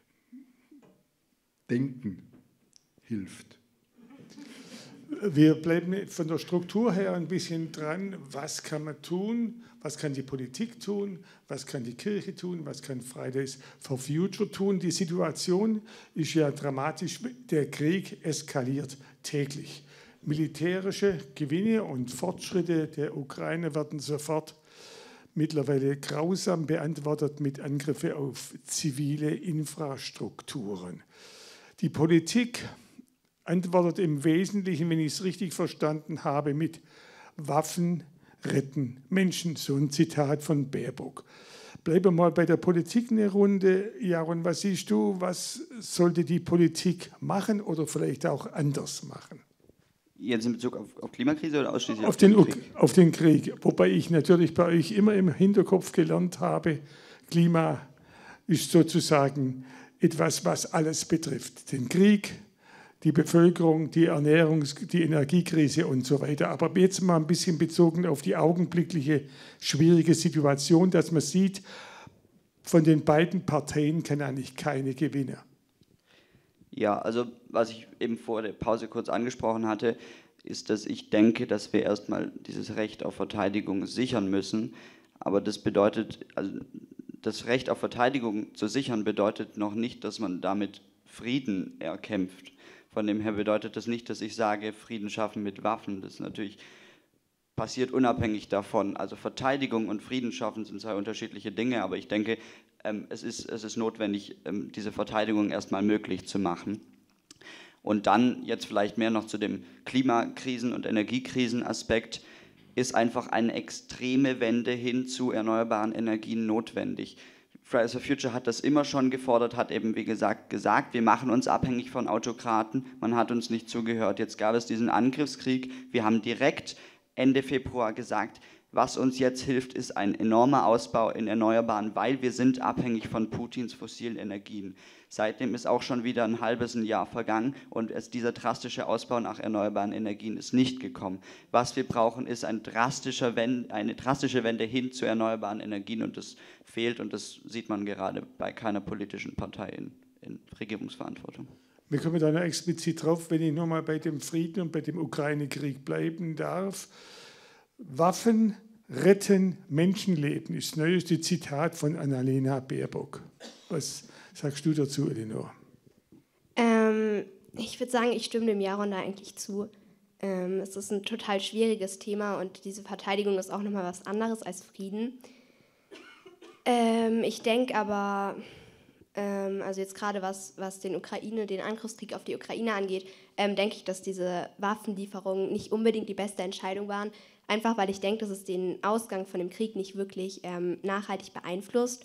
Denken hilft. Wir bleiben von der Struktur her ein bisschen dran. Was kann man tun? Was kann die Politik tun? Was kann die Kirche tun? Was kann Fridays for Future tun? Die Situation ist ja dramatisch. Der Krieg eskaliert täglich. Militärische Gewinne und Fortschritte der Ukraine werden sofort mittlerweile grausam beantwortet mit Angriffen auf zivile Infrastrukturen. Die Politik antwortet im Wesentlichen, wenn ich es richtig verstanden habe, mit Waffen retten Menschen. So ein Zitat von Baerbock. Bleiben wir mal bei der Politik eine Runde. Jaron, was siehst du, was sollte die Politik machen oder vielleicht auch anders machen? Jetzt in Bezug auf, auf Klimakrise oder ausschließlich auf, auf den, den Krieg? Auf den Krieg. Wobei ich natürlich bei euch immer im Hinterkopf gelernt habe, Klima ist sozusagen etwas, was alles betrifft. Den Krieg, die Bevölkerung, die Ernährung, die Energiekrise und so weiter. Aber jetzt mal ein bisschen bezogen auf die augenblickliche schwierige Situation, dass man sieht, von den beiden Parteien kann eigentlich keine Gewinner. Ja, also was ich eben vor der Pause kurz angesprochen hatte, ist, dass ich denke, dass wir erstmal dieses Recht auf Verteidigung sichern müssen. Aber das bedeutet, also das Recht auf Verteidigung zu sichern bedeutet noch nicht, dass man damit Frieden erkämpft. Von dem her bedeutet das nicht, dass ich sage, Frieden schaffen mit Waffen. Das natürlich passiert unabhängig davon. Also Verteidigung und Frieden schaffen sind zwei unterschiedliche Dinge, aber ich denke, ähm, es ist, es ist notwendig, ähm, diese Verteidigung erstmal möglich zu machen. Und dann jetzt vielleicht mehr noch zu dem Klimakrisen- und Energiekrisenaspekt, ist einfach eine extreme Wende hin zu erneuerbaren Energien notwendig. Fridays for Future hat das immer schon gefordert, hat eben wie gesagt gesagt, wir machen uns abhängig von Autokraten, man hat uns nicht zugehört. Jetzt gab es diesen Angriffskrieg, wir haben direkt Ende Februar gesagt, was uns jetzt hilft, ist ein enormer Ausbau in Erneuerbaren, weil wir sind abhängig von Putins fossilen Energien. Seitdem ist auch schon wieder ein halbes Jahr vergangen und es, dieser drastische Ausbau nach erneuerbaren Energien ist nicht gekommen. Was wir brauchen, ist ein drastischer Wende, eine drastische Wende hin zu erneuerbaren Energien und das fehlt und das sieht man gerade bei keiner politischen Partei in, in Regierungsverantwortung. Wir kommen da noch explizit drauf, wenn ich nochmal bei dem Frieden und bei dem Ukraine-Krieg bleiben darf. Waffen retten Menschenleben ist das neueste Zitat von Annalena Baerbock. Was sagst du dazu, Elinor? Ähm, ich würde sagen, ich stimme dem Jaron da eigentlich zu. Ähm, es ist ein total schwieriges Thema und diese Verteidigung ist auch nochmal was anderes als Frieden. Ähm, ich denke aber, ähm, also jetzt gerade was, was den Ukraine, den Angriffskrieg auf die Ukraine angeht, ähm, denke ich, dass diese Waffenlieferungen nicht unbedingt die beste Entscheidung waren. Einfach weil ich denke, dass es den Ausgang von dem Krieg nicht wirklich ähm, nachhaltig beeinflusst.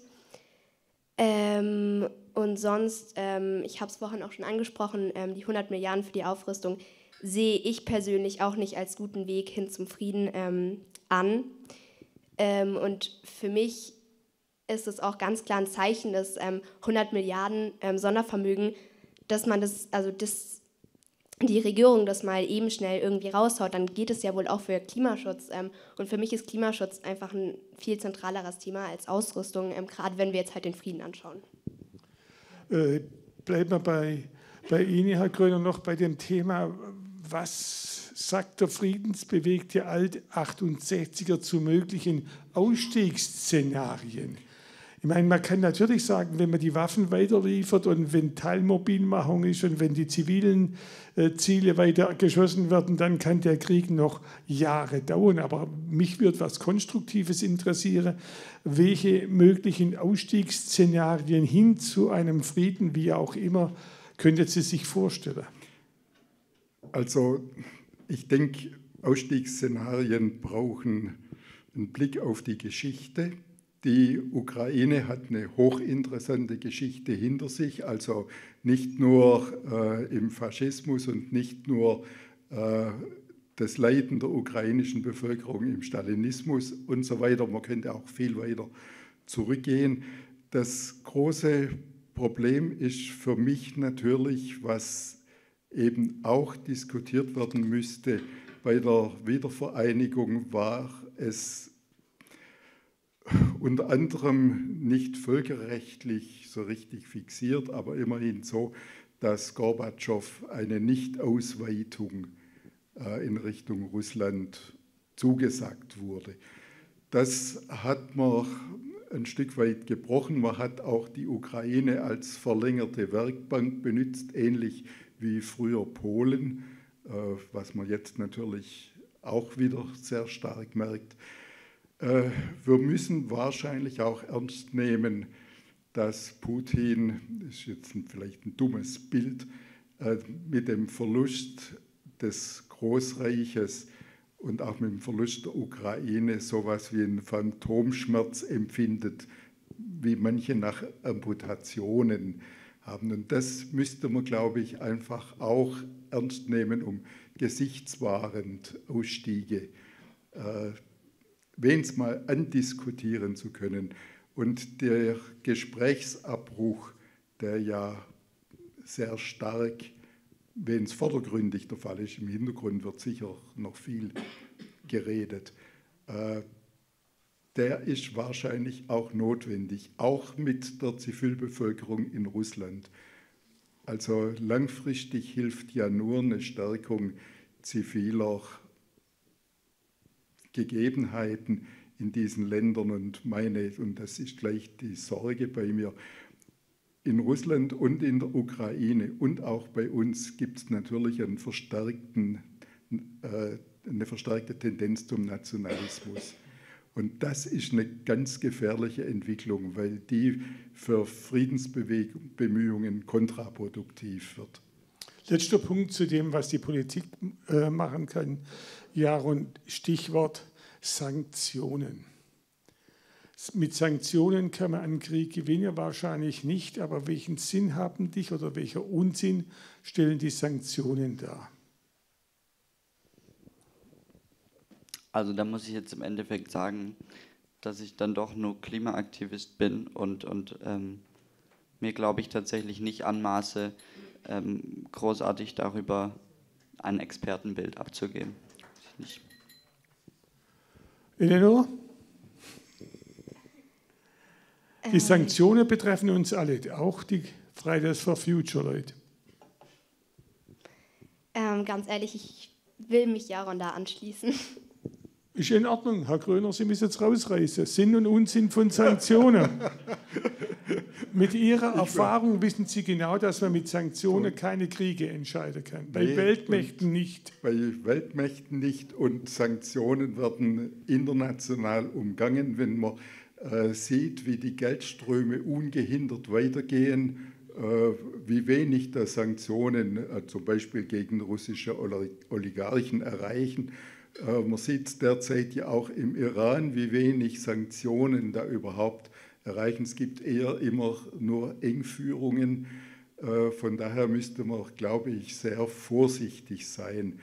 Ähm, und sonst, ähm, ich habe es vorhin auch schon angesprochen, ähm, die hundert Milliarden für die Aufrüstung sehe ich persönlich auch nicht als guten Weg hin zum Frieden ähm, an. Ähm, und für mich ist es auch ganz klar ein Zeichen, dass ähm, hundert Milliarden ähm, Sondervermögen, dass man das, also das, die Regierung das mal eben schnell irgendwie raushaut, dann geht es ja wohl auch für Klimaschutz. Ähm, und für mich ist Klimaschutz einfach ein viel zentraleres Thema als Ausrüstung, ähm, gerade wenn wir jetzt halt den Frieden anschauen. Äh, bleiben wir bei, bei Ihnen, Herr Gröner, noch bei dem Thema, was sagt der friedensbewegte Alt-achtundsechziger zu möglichen Ausstiegsszenarien? Ich meine, man kann natürlich sagen, wenn man die Waffen weiterliefert und wenn Teilmobilmachung ist und wenn die zivilen äh, Ziele weiter geschossen werden, dann kann der Krieg noch Jahre dauern. Aber mich würde was Konstruktives interessieren. Welche möglichen Ausstiegsszenarien hin zu einem Frieden, wie auch immer, könnten Sie sich vorstellen? Also ich denke, Ausstiegsszenarien brauchen einen Blick auf die Geschichte. Die Ukraine hat eine hochinteressante Geschichte hinter sich, also nicht nur äh, im Faschismus und nicht nur äh, das Leiden der ukrainischen Bevölkerung im Stalinismus und so weiter. Man könnte auch viel weiter zurückgehen. Das große Problem ist für mich natürlich, was eben auch diskutiert werden müsste. Bei der Wiedervereinigung war es unter anderem nicht völkerrechtlich so richtig fixiert, aber immerhin so, dass Gorbatschow eine Nichtausweitung äh, in Richtung Russland zugesagt wurde. Das hat man ein Stück weit gebrochen. Man hat auch die Ukraine als verlängerte Werkbank benutzt, ähnlich wie früher Polen, äh, was man jetzt natürlich auch wieder sehr stark merkt. Äh, wir müssen wahrscheinlich auch ernst nehmen, dass Putin, das ist jetzt vielleicht ein dummes Bild, äh, mit dem Verlust des Großreiches und auch mit dem Verlust der Ukraine sowas wie einen Phantomschmerz empfindet, wie manche nach Amputationen haben. Und das müsste man, glaube ich, einfach auch ernst nehmen, um gesichtswahrend Ausstiege äh, wenigstens mal andiskutieren zu können. Und der Gesprächsabbruch, der ja sehr stark, wenn es vordergründig der Fall ist, im Hintergrund wird sicher noch viel geredet, äh, der ist wahrscheinlich auch notwendig, auch mit der Zivilbevölkerung in Russland. Also langfristig hilft ja nur eine Stärkung ziviler Gegebenheiten in diesen Ländern und meine, und das ist gleich die Sorge bei mir, in Russland und in der Ukraine und auch bei uns gibt es natürlich einen verstärkten, äh, eine verstärkte Tendenz zum Nationalismus. Und das ist eine ganz gefährliche Entwicklung, weil die für Friedensbemühungen kontraproduktiv wird. Letzter Punkt zu dem, was die Politik äh, machen kann. Ja, und Stichwort Sanktionen. Mit Sanktionen kann man einen Krieg gewinnen, wahrscheinlich nicht, aber welchen Sinn haben die oder welcher Unsinn stellen die Sanktionen dar? Also da muss ich jetzt im Endeffekt sagen, dass ich dann doch nur Klimaaktivist bin und, und ähm, mir, glaube ich, tatsächlich nicht anmaße, ähm, großartig darüber ein Expertenbild abzugeben. Nicht. Eleanor? Die Sanktionen betreffen uns alle, auch die Fridays for Future Leute. Ähm, ganz ehrlich, ich will mich Jaron da anschließen. Ist in Ordnung, Herr Gröner, Sie müssen jetzt rausreißen. Sinn und Unsinn von Sanktionen. Mit Ihrer Erfahrung wissen Sie genau, dass man mit Sanktionen keine Kriege entscheiden kann. Bei nee, Weltmächten nicht. Bei Weltmächten nicht und Sanktionen werden international umgangen, wenn man äh, sieht, wie die Geldströme ungehindert weitergehen, äh, wie wenig da Sanktionen äh, zum Beispiel gegen russische Oligarchen erreichen. Man sieht derzeit ja auch im Iran, wie wenig Sanktionen da überhaupt erreichen. Es gibt eher immer nur Engführungen. Von daher müsste man, glaube ich, sehr vorsichtig sein.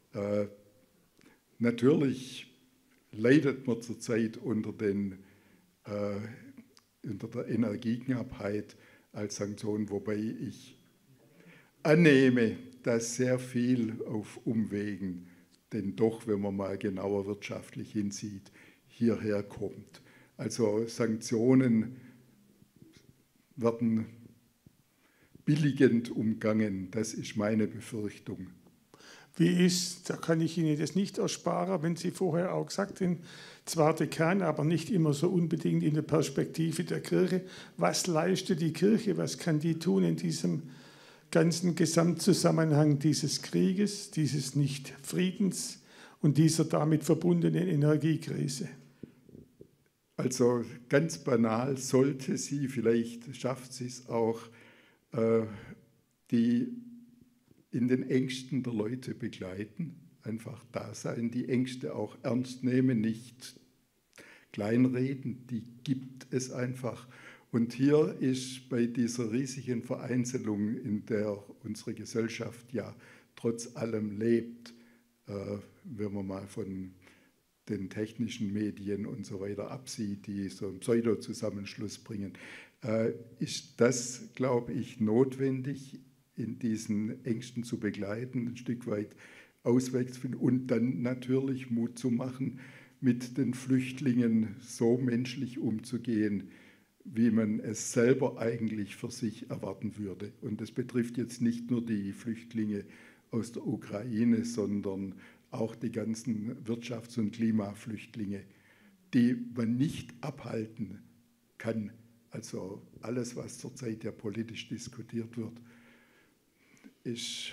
Natürlich leidet man zurzeit unter, den, unter der Energieknappheit als Sanktion, wobei ich annehme, dass sehr viel auf Umwegen denn doch, wenn man mal genauer wirtschaftlich hinsieht, hierher kommt. Also Sanktionen werden billigend umgangen, das ist meine Befürchtung. Wie ist, da kann ich Ihnen das nicht ersparen, wenn Sie vorher auch gesagt haben, zwar Dekan, aber nicht immer so unbedingt in der Perspektive der Kirche. Was leistet die Kirche, was kann die tun in diesem ganzen Gesamtzusammenhang dieses Krieges, dieses Nicht-Friedens und dieser damit verbundenen Energiekrise? Also ganz banal sollte sie, vielleicht schafft sie es auch, äh, die in den Ängsten der Leute begleiten, einfach da sein, die Ängste auch ernst nehmen, nicht kleinreden, die gibt es einfach. Und hier ist bei dieser riesigen Vereinzelung, in der unsere Gesellschaft ja trotz allem lebt, äh, wenn man mal von den technischen Medien und so weiter absieht, die so einen Pseudo-Zusammenschluss bringen, äh, ist das, glaube ich, notwendig. in diesen Ängsten zu begleiten, ein Stück weit Ausweg zu finden und dann natürlich Mut zu machen, mit den Flüchtlingen so menschlich umzugehen, wie man es selber eigentlich für sich erwarten würde. Und das betrifft jetzt nicht nur die Flüchtlinge aus der Ukraine, sondern auch die ganzen Wirtschafts- und Klimaflüchtlinge, die man nicht abhalten kann. Also alles, was zurzeit ja politisch diskutiert wird, ist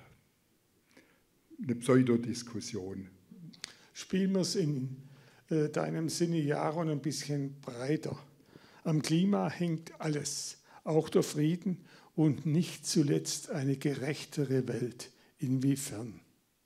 eine Pseudodiskussion. Spielen wir es in äh, deinem Sinne, Jaron, ein bisschen breiter. Am Klima hängt alles, auch der Frieden und nicht zuletzt eine gerechtere Welt. Inwiefern?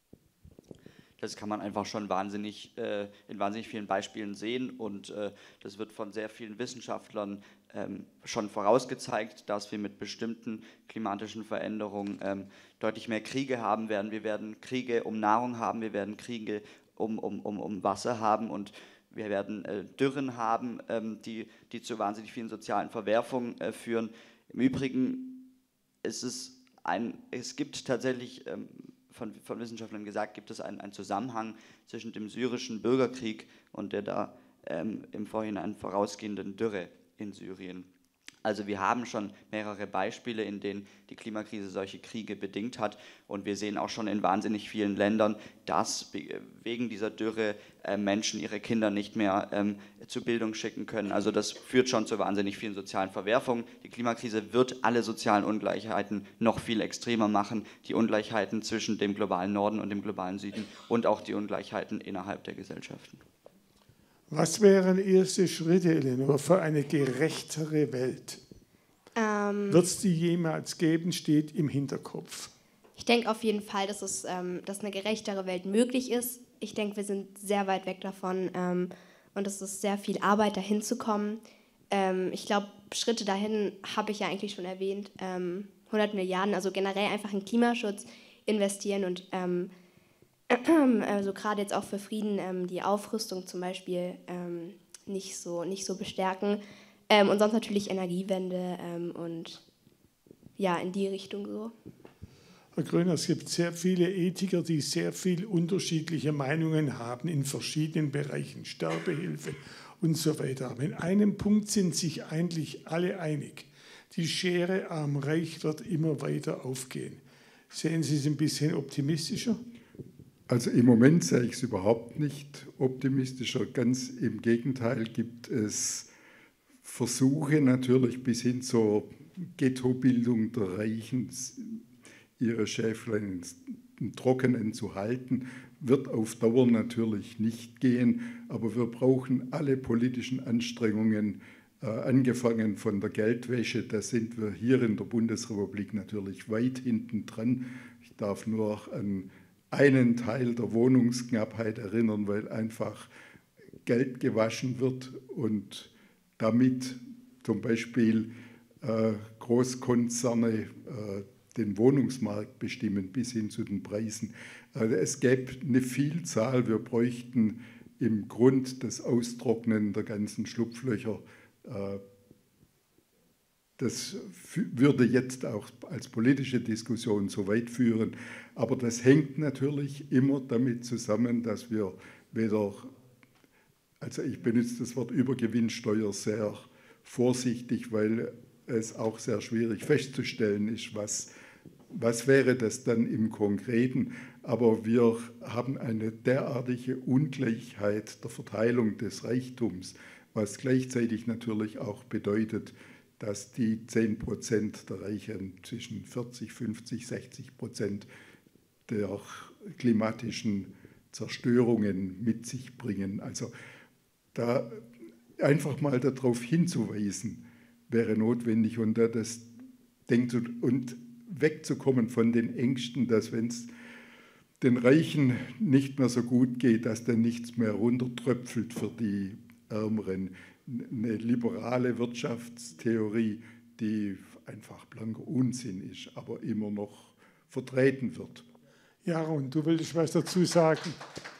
Das kann man einfach schon wahnsinnig, äh, in wahnsinnig vielen Beispielen sehen und äh, das wird von sehr vielen Wissenschaftlern ähm, schon vorausgezeigt, dass wir mit bestimmten klimatischen Veränderungen ähm, deutlich mehr Kriege haben werden. Wir werden Kriege um Nahrung haben, wir werden Kriege um, um, um, um Wasser haben und wir werden äh, Dürren haben, ähm, die, die zu wahnsinnig vielen sozialen Verwerfungen äh, führen. Im Übrigen ist es ein, es gibt tatsächlich ähm, Von, von Wissenschaftlern gesagt, gibt es einen, einen Zusammenhang zwischen dem syrischen Bürgerkrieg und der da ähm, im Vorhinein vorausgehenden Dürre in Syrien. Also wir haben schon mehrere Beispiele, in denen die Klimakrise solche Kriege bedingt hat und wir sehen auch schon in wahnsinnig vielen Ländern, dass wegen dieser Dürre äh, Menschen ihre Kinder nicht mehr ähm, zur Bildung schicken können. Also das führt schon zu wahnsinnig vielen sozialen Verwerfungen. Die Klimakrise wird alle sozialen Ungleichheiten noch viel extremer machen, die Ungleichheiten zwischen dem globalen Norden und dem globalen Süden und auch die Ungleichheiten innerhalb der Gesellschaften. Was wären erste Schritte, Eleonore, für eine gerechtere Welt? Ähm, Wird es die jemals geben, steht im Hinterkopf. Ich denke auf jeden Fall, dass, es, ähm, dass eine gerechtere Welt möglich ist. Ich denke, wir sind sehr weit weg davon ähm, und es ist sehr viel Arbeit, dahin zu kommen. Ähm, ich glaube, Schritte dahin habe ich ja eigentlich schon erwähnt. Ähm, hundert Milliarden, also generell einfach in Klimaschutz investieren und ähm, also gerade jetzt auch für Frieden ähm, die Aufrüstung zum Beispiel ähm, nicht so, nicht so bestärken. Ähm, und sonst natürlich Energiewende ähm, und ja, in die Richtung so. Herr Gröner, es gibt sehr viele Ethiker, die sehr viel unterschiedliche Meinungen haben in verschiedenen Bereichen, Sterbehilfe und so weiter. Aber in einem Punkt sind sich eigentlich alle einig. Die Schere arm-reich wird immer weiter aufgehen. Sehen Sie es ein bisschen optimistischer? Also im Moment sehe ich es überhaupt nicht optimistischer. Ganz im Gegenteil gibt es Versuche natürlich bis hin zur Ghettobildung der Reichen, ihre Schäflein im Trockenen zu halten. Wird auf Dauer natürlich nicht gehen, aber wir brauchen alle politischen Anstrengungen, äh, angefangen von der Geldwäsche. Da sind wir hier in der Bundesrepublik natürlich weit hinten dran. Ich darf nur an einen Teil der Wohnungsknappheit erinnern, weil einfach Geld gewaschen wird und damit zum Beispiel äh, Großkonzerne äh, den Wohnungsmarkt bestimmen bis hin zu den Preisen. Also es gäbe eine Vielzahl, wir bräuchten im Grund das Austrocknen der ganzen Schlupflöcher. Äh, Das würde jetzt auch als politische Diskussion so weit führen. Aber das hängt natürlich immer damit zusammen, dass wir weder, also ich benutze das Wort Übergewinnsteuer sehr vorsichtig, weil es auch sehr schwierig festzustellen ist, was, was wäre das dann im Konkreten. Aber wir haben eine derartige Ungleichheit der Verteilung des Reichtums, was gleichzeitig natürlich auch bedeutet, dass die zehn Prozent der Reichen zwischen vierzig, fünfzig, sechzig Prozent der klimatischen Zerstörungen mit sich bringen. Also da einfach mal darauf hinzuweisen, wäre notwendig und da das denkt und wegzukommen von den Ängsten, dass wenn es den Reichen nicht mehr so gut geht, dass dann nichts mehr runtertröpfelt für die Ärmeren. Eine liberale Wirtschaftstheorie, die einfach blanker Unsinn ist, aber immer noch vertreten wird. Jaron, du willst was dazu sagen?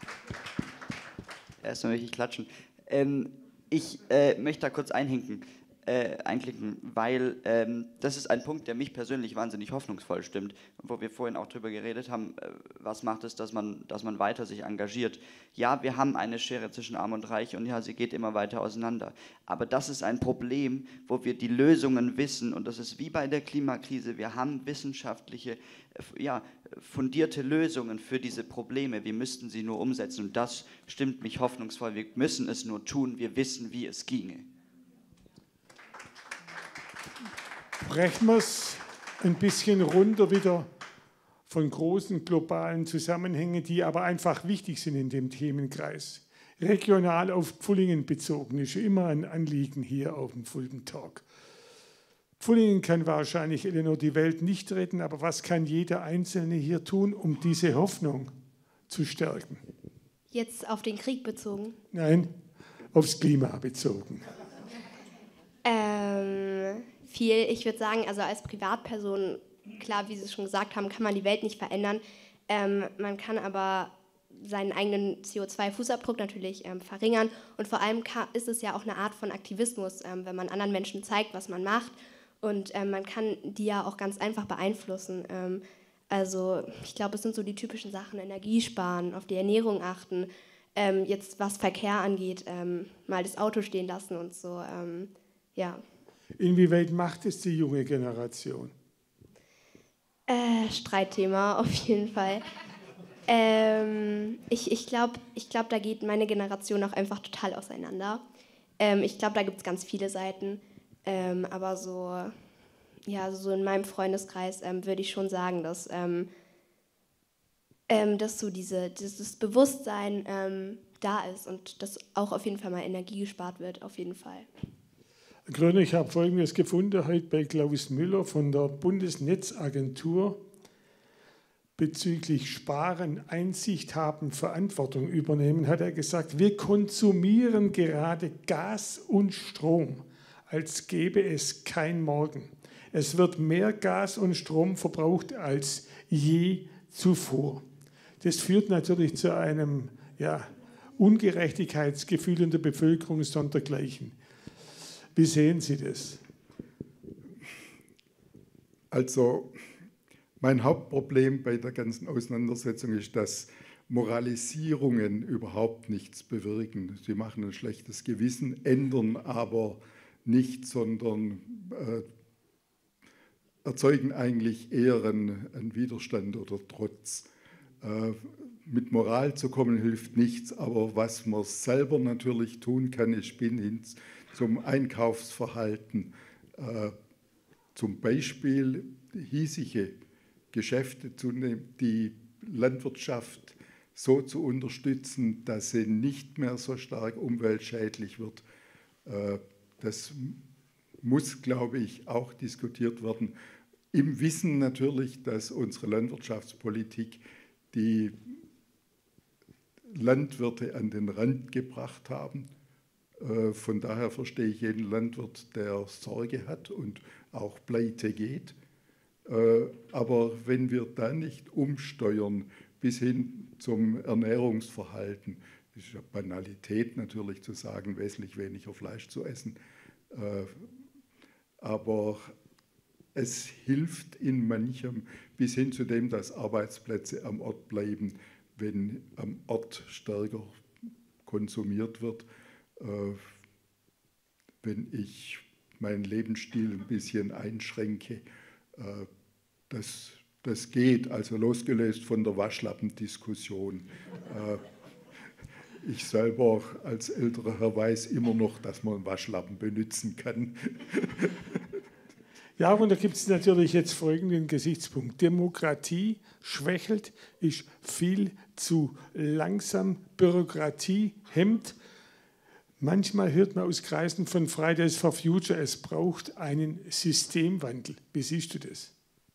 Erstmal möchte ich klatschen. Ähm, ich äh, möchte da kurz einhinken. äh, einklicken, weil ähm, das ist ein Punkt, der mich persönlich wahnsinnig hoffnungsvoll stimmt, wo wir vorhin auch drüber geredet haben, äh, was macht es, dass man, dass man weiter sich engagiert. Ja, wir haben eine Schere zwischen Arm und Reich und ja, sie geht immer weiter auseinander. Aber das ist ein Problem, wo wir die Lösungen wissen und das ist wie bei der Klimakrise. Wir haben wissenschaftliche, äh, ja, fundierte Lösungen für diese Probleme. Wir müssten sie nur umsetzen und das stimmt mich hoffnungsvoll. Wir müssen es nur tun, wir wissen, wie es ginge. Brechen wir es ein bisschen runter wieder von großen globalen Zusammenhängen, die aber einfach wichtig sind in dem Themenkreis. Regional auf Pfullingen bezogen ist immer ein Anliegen hier auf dem Fulben Talk. Pfullingen kann wahrscheinlich, Eleanor, die Welt nicht retten, aber was kann jeder Einzelne hier tun, um diese Hoffnung zu stärken? Jetzt auf den Krieg bezogen? Nein, aufs Klima bezogen. Ähm, viel, ich würde sagen, also als Privatperson, klar, wie Sie es schon gesagt haben, kann man die Welt nicht verändern. Ähm, man kann aber seinen eigenen C O zwei Fußabdruck natürlich ähm, verringern und vor allem kann, ist es ja auch eine Art von Aktivismus, ähm, wenn man anderen Menschen zeigt, was man macht und ähm, man kann die ja auch ganz einfach beeinflussen. Ähm, also ich glaube, es sind so die typischen Sachen, Energie sparen, auf die Ernährung achten, ähm, jetzt was Verkehr angeht, ähm, mal das Auto stehen lassen und so, ähm, ja. Inwieweit macht es die junge Generation? Äh, Streitthema auf jeden Fall. Ähm, ich ich glaube, ich glaub, da geht meine Generation auch einfach total auseinander. Ähm, ich glaube, da gibt es ganz viele Seiten. Ähm, aber so, ja, so in meinem Freundeskreis ähm, würde ich schon sagen, dass, ähm, ähm, dass so diese, dieses Bewusstsein ähm, da ist und dass auch auf jeden Fall mal Energie gespart wird, auf jeden Fall. Herr Gröner, ich habe Folgendes gefunden heute bei Klaus Müller von der Bundesnetzagentur bezüglich Sparen, Einsicht haben, Verantwortung übernehmen, hat er gesagt, wir konsumieren gerade Gas und Strom, als gäbe es kein Morgen. Es wird mehr Gas und Strom verbraucht als je zuvor. Das führt natürlich zu einem ja, Ungerechtigkeitsgefühl in der Bevölkerung sondergleichen. Wie sehen Sie das? Also mein Hauptproblem bei der ganzen Auseinandersetzung ist, dass Moralisierungen überhaupt nichts bewirken. Sie machen ein schlechtes Gewissen, ändern aber nichts, sondern äh, erzeugen eigentlich eher einen, einen Widerstand oder Trotz. Äh, mit Moral zu kommen hilft nichts, aber was man selber natürlich tun kann, ist bis hin zum Einkaufsverhalten. Äh, zum Beispiel hiesige Geschäfte zu nehmen, die Landwirtschaft so zu unterstützen, dass sie nicht mehr so stark umweltschädlich wird. Das muss, glaube ich, auch diskutiert werden. Im Wissen natürlich, dass unsere Landwirtschaftspolitik die Landwirte an den Rand gebracht haben. Von daher verstehe ich jeden Landwirt, der Sorge hat und auch pleite geht. Aber wenn wir da nicht umsteuern bis hin zum Ernährungsverhalten, ist ja Banalität natürlich zu sagen, wesentlich weniger Fleisch zu essen, aber es hilft in manchem bis hin zu dem, dass Arbeitsplätze am Ort bleiben, wenn am Ort stärker konsumiert wird, wenn ich meinen Lebensstil ein bisschen einschränke. Das, das geht, also losgelöst von der Waschlappendiskussion. Ich selber als älterer Herr weiß immer noch, dass man einen Waschlappen benutzen kann. Ja, und da gibt es natürlich jetzt folgenden Gesichtspunkt. Demokratie schwächelt, ist viel zu langsam, Bürokratie hemmt. Manchmal hört man aus Kreisen von Fridays for Future, es braucht einen Systemwandel. Wie siehst du das?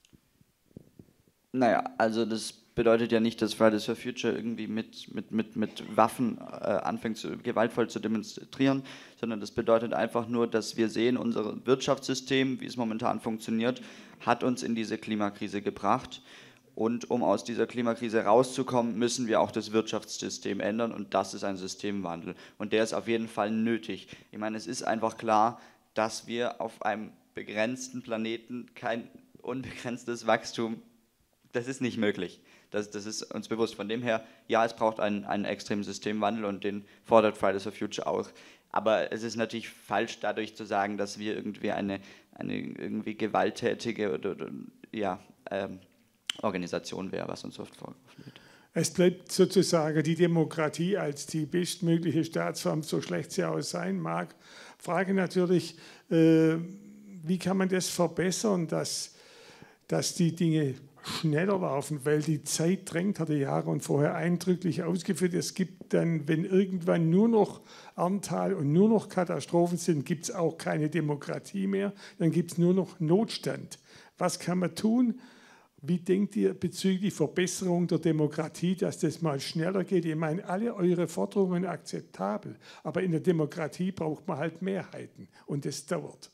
Naja, also das bedeutet ja nicht, dass Fridays for Future irgendwie mit, mit, mit, mit Waffen äh, anfängt, zu, gewaltvoll zu demonstrieren, sondern das bedeutet einfach nur, dass wir sehen, unser Wirtschaftssystem, wie es momentan funktioniert, hat uns in diese Klimakrise gebracht. Und um aus dieser Klimakrise rauszukommen, müssen wir auch das Wirtschaftssystem ändern und das ist ein Systemwandel. Und der ist auf jeden Fall nötig. Ich meine, es ist einfach klar, dass wir auf einem begrenzten Planeten kein unbegrenztes Wachstum, das ist nicht möglich. Das, das ist uns bewusst. Von dem her, ja, es braucht einen, einen extremen Systemwandel und den fordert Fridays for Future auch. Aber es ist natürlich falsch, dadurch zu sagen, dass wir irgendwie eine, eine irgendwie gewalttätige oder, oder, ja, ähm, Organisation wäre, was uns oft vorgeworfen wird. Es bleibt sozusagen die Demokratie als die bestmögliche Staatsform, so schlecht sie auch sein mag. Frage natürlich, äh, wie kann man das verbessern, dass, dass die Dinge schneller laufen, weil die Zeit drängt, hatte Jahre und vorher eindrücklich ausgeführt. Es gibt dann, wenn irgendwann nur noch Ernteil und nur noch Katastrophen sind, gibt es auch keine Demokratie mehr, dann gibt es nur noch Notstand. Was kann man tun? Wie denkt ihr bezüglich Verbesserung der Demokratie, dass das mal schneller geht? Ich meine, alle eure Forderungen akzeptabel, aber in der Demokratie braucht man halt Mehrheiten und das dauert.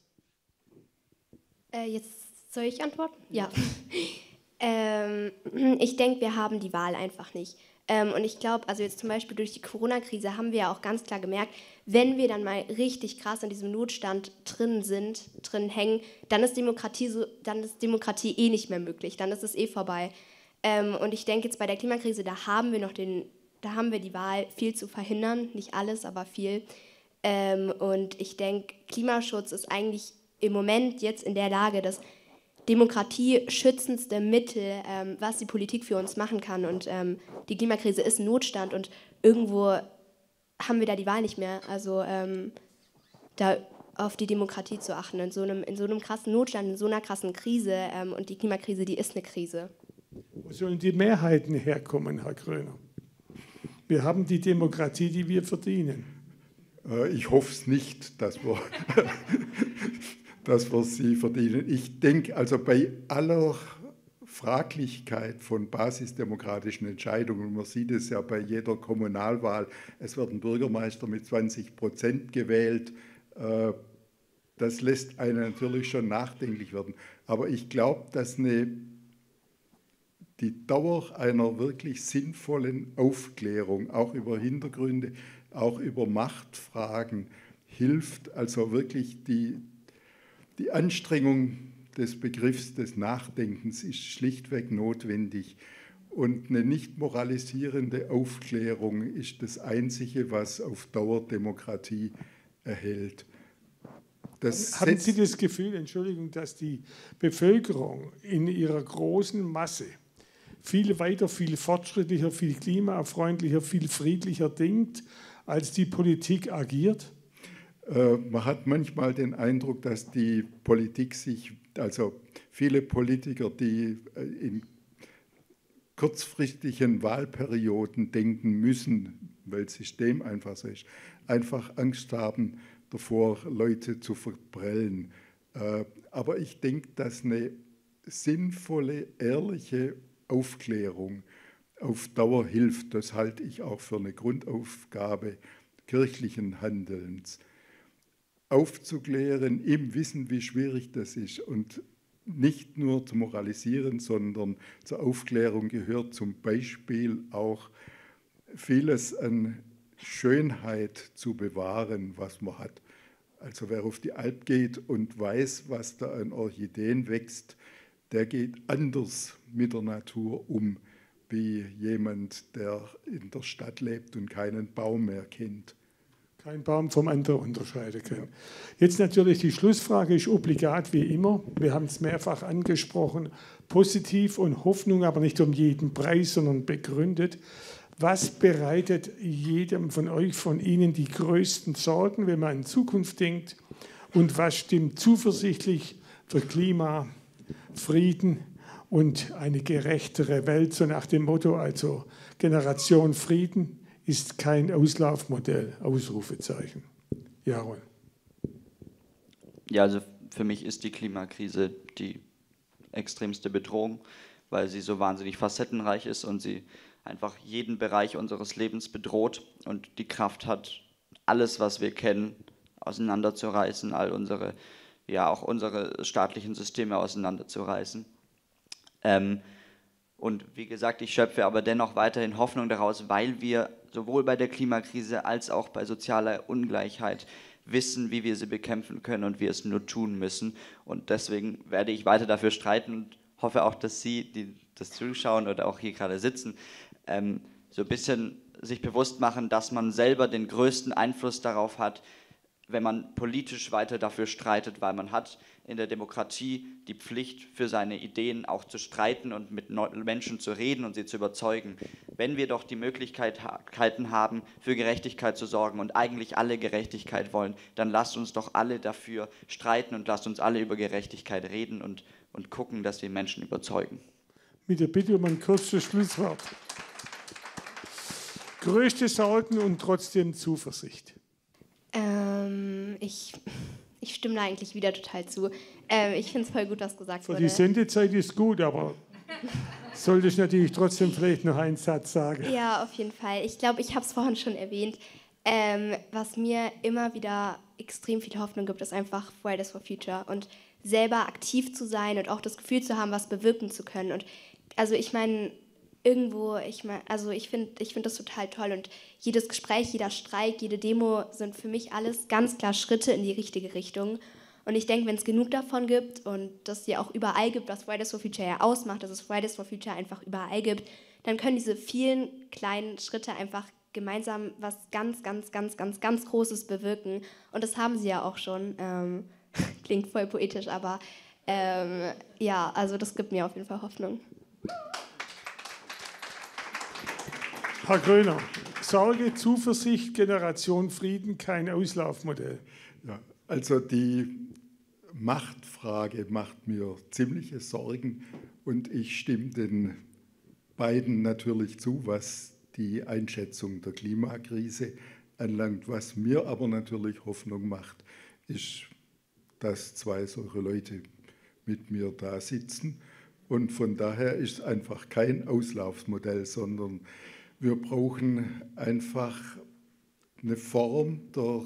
Äh, jetzt soll ich antworten? Ja. ähm, ich denke, wir haben die Wahl einfach nicht. Ähm, und ich glaube, also jetzt zum Beispiel durch die Corona-Krise haben wir ja auch ganz klar gemerkt, wenn wir dann mal richtig krass in diesem Notstand drin sind, drin hängen, dann ist Demokratie, so, dann ist Demokratie eh nicht mehr möglich, dann ist es eh vorbei. Ähm, und ich denke jetzt bei der Klimakrise, da haben wir noch den, da haben wir die Wahl, viel zu verhindern, nicht alles, aber viel. Ähm, und ich denke, Klimaschutz ist eigentlich im Moment jetzt in der Lage, das demokratieschützendste Mittel, ähm, was die Politik für uns machen kann. Und ähm, die Klimakrise ist ein Notstand und irgendwo haben wir da die Wahl nicht mehr. Also ähm, da auf die Demokratie zu achten in so einem, in so einem krassen Notstand, in so einer krassen Krise. Ähm, und die Klimakrise, die ist eine Krise. Wo sollen die Mehrheiten herkommen, Herr Gröner? Wir haben die Demokratie, die wir verdienen. Äh, ich hoffe es nicht, dass wir... dass wir sie verdienen. Ich denke, also bei aller Fraglichkeit von basisdemokratischen Entscheidungen, und man sieht es ja bei jeder Kommunalwahl, es wird ein Bürgermeister mit zwanzig Prozent gewählt, das lässt einen natürlich schon nachdenklich werden. Aber ich glaube, dass eine, die Dauer einer wirklich sinnvollen Aufklärung, auch über Hintergründe, auch über Machtfragen, hilft, also wirklich die Die Anstrengung des Begriffs des Nachdenkens ist schlichtweg notwendig und eine nicht moralisierende Aufklärung ist das Einzige, was auf Dauer Demokratie erhält. Das Haben Sie das Gefühl, Entschuldigung, dass die Bevölkerung in ihrer großen Masse viel weiter, viel fortschrittlicher, viel klimafreundlicher, viel friedlicher denkt, als die Politik agiert? Man hat manchmal den Eindruck, dass die Politik sich, also viele Politiker, die in kurzfristigen Wahlperioden denken müssen, weil das System einfach so ist, einfach Angst haben davor, Leute zu verprellen. Aber ich denke, dass eine sinnvolle, ehrliche Aufklärung auf Dauer hilft. Das halte ich auch für eine Grundaufgabe kirchlichen Handelns. Aufzuklären im Wissen, wie schwierig das ist und nicht nur zu moralisieren, sondern zur Aufklärung gehört zum Beispiel auch vieles an Schönheit zu bewahren, was man hat. Also wer auf die Alp geht und weiß, was da an Orchideen wächst, der geht anders mit der Natur um, wie jemand, der in der Stadt lebt und keinen Baum mehr kennt. Kein Baum vom anderen unterscheiden können. Jetzt natürlich die Schlussfrage ist obligat wie immer. Wir haben es mehrfach angesprochen. Positiv und Hoffnung, aber nicht um jeden Preis, sondern begründet. Was bereitet jedem von euch, von Ihnen die größten Sorgen, wenn man an Zukunft denkt? Und was stimmt zuversichtlich für Klima, Frieden und eine gerechtere Welt, so nach dem Motto, also Generation Frieden ist kein Auslaufmodell, Ausrufezeichen. Jaron. Ja, also für mich ist die Klimakrise die extremste Bedrohung, weil sie so wahnsinnig facettenreich ist und sie einfach jeden Bereich unseres Lebens bedroht und die Kraft hat, alles, was wir kennen, auseinanderzureißen, all unsere, ja auch unsere staatlichen Systeme auseinanderzureißen. Ähm, Und wie gesagt, ich schöpfe aber dennoch weiterhin Hoffnung daraus, weil wir sowohl bei der Klimakrise als auch bei sozialer Ungleichheit wissen, wie wir sie bekämpfen können und wir es nur tun müssen. Und deswegen werde ich weiter dafür streiten und hoffe auch, dass Sie, die das zuschauen oder auch hier gerade sitzen, ähm, so ein bisschen sich bewusst machen, dass man selber den größten Einfluss darauf hat, wenn man politisch weiter dafür streitet, weil man hat in der Demokratie die Pflicht, für seine Ideen auch zu streiten und mit Menschen zu reden und sie zu überzeugen. Wenn wir doch die Möglichkeiten haben, für Gerechtigkeit zu sorgen und eigentlich alle Gerechtigkeit wollen, dann lasst uns doch alle dafür streiten und lasst uns alle über Gerechtigkeit reden und, und gucken, dass wir Menschen überzeugen. Mit der Bitte um ein kurzes Schlusswort. Größte Sorgen und trotzdem Zuversicht. Ähm, ich, ich stimme da eigentlich wieder total zu. Ähm, ich finde es voll gut, was gesagt Für wurde. die Sendezeit ist gut, aber sollte ich natürlich trotzdem vielleicht noch einen Satz sagen. Ja, auf jeden Fall. Ich glaube, ich habe es vorhin schon erwähnt. Ähm, was mir immer wieder extrem viel Hoffnung gibt, ist einfach Fridays for Future und selber aktiv zu sein und auch das Gefühl zu haben, was bewirken zu können. Und also ich meine, irgendwo, ich mein, also ich finde ich find das total toll und jedes Gespräch, jeder Streik, jede Demo sind für mich alles ganz klar Schritte in die richtige Richtung. Und ich denke, wenn es genug davon gibt und das ja auch überall gibt, was Fridays for Future ja ausmacht, dass es Fridays for Future einfach überall gibt, dann können diese vielen kleinen Schritte einfach gemeinsam was ganz, ganz, ganz, ganz, ganz Großes bewirken. Und das haben sie ja auch schon. Ähm, klingt voll poetisch, aber ähm, ja, also das gibt mir auf jeden Fall Hoffnung. Herr Gröner, Sorge, Zuversicht, Generation Frieden, kein Auslaufmodell. Ja, also die Machtfrage macht mir ziemliche Sorgen und ich stimme den beiden natürlich zu, was die Einschätzung der Klimakrise anlangt. Was mir aber natürlich Hoffnung macht, ist, dass zwei solche Leute mit mir da sitzen und von daher ist es einfach kein Auslaufmodell, sondern wir brauchen einfach eine Form der,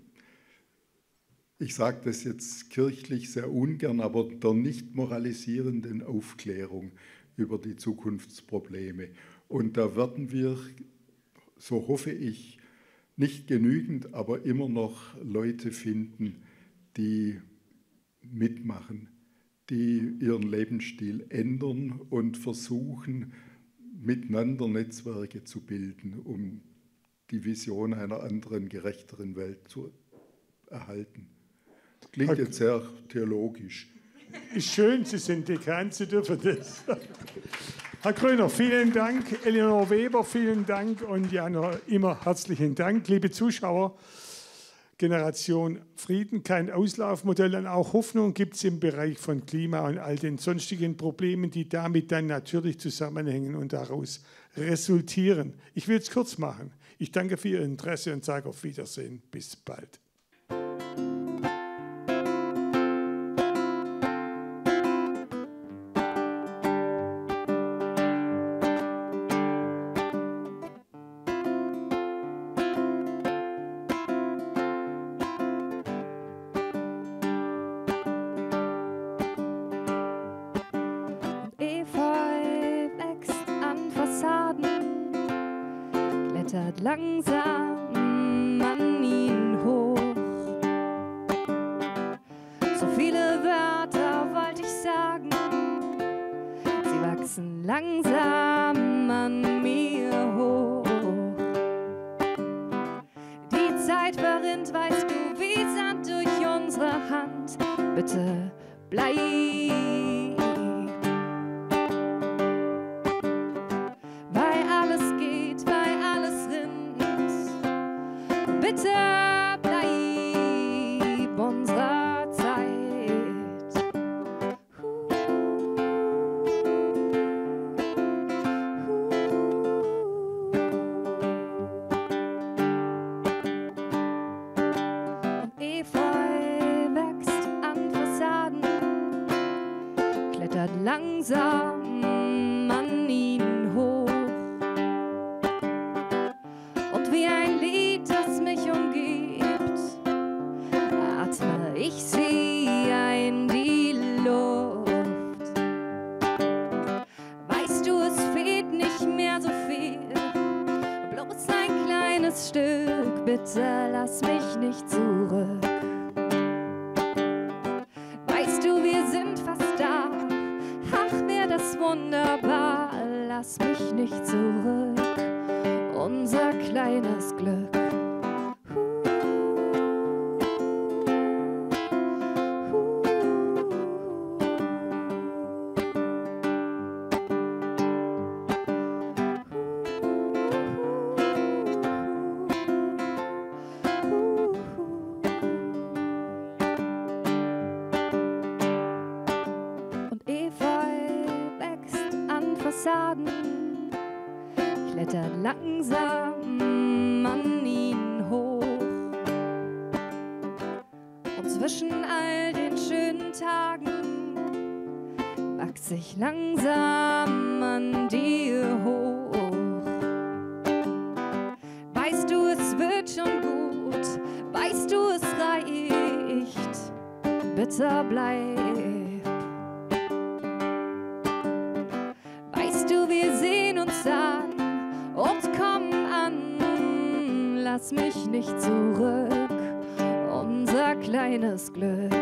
ich sage das jetzt kirchlich sehr ungern, aber der nicht moralisierenden Aufklärung über die Zukunftsprobleme. Und da werden wir, so hoffe ich, nicht genügend, aber immer noch Leute finden, die mitmachen, die ihren Lebensstil ändern und versuchen, miteinander Netzwerke zu bilden, um die Vision einer anderen, gerechteren Welt zu erhalten. Klingt jetzt sehr theologisch. Ist schön, Sie sind Dekan, Sie dürfen das. Herr Gröner, vielen Dank. Eleonore Weber, vielen Dank. Und ja, noch immer herzlichen Dank. Liebe Zuschauer, Generation Frieden, kein Auslaufmodell, und auch Hoffnung gibt es im Bereich von Klima und all den sonstigen Problemen, die damit dann natürlich zusammenhängen und daraus resultieren. Ich will es kurz machen. Ich danke für Ihr Interesse und sage auf Wiedersehen. Bis bald. Langsam an ihn hoch. So viele Wörter wollte ich sagen, sie wachsen langsam an mir hoch. Die Zeit verrinnt, weißt du, wie Sand durch unsere Hand. Bitte bleib. Bitte bleib unserer Zeit. Und Efeu wächst an Fassaden, klettert langsam an ihn hoch. Und wie ein Lied, das mich umgibt, atme ich sie ein die Luft. Weißt du, es fehlt nicht mehr so viel, bloß ein kleiner kleines Stück, bitte lass mich nicht zurück. Weißt du, wir sind fast da, ach, wär das wunderbar. Lass mich nicht zurück, unser kleines Glück. Klettert langsam an ihn hoch. Und zwischen all den schönen Tagen wachs ich langsam an dir hoch. Weißt du, es wird schon gut, weißt du, es reicht, bitte bleib. Weißt du, wir sehen uns an und komm an, lass mich nicht zurück, unser kleines Glück.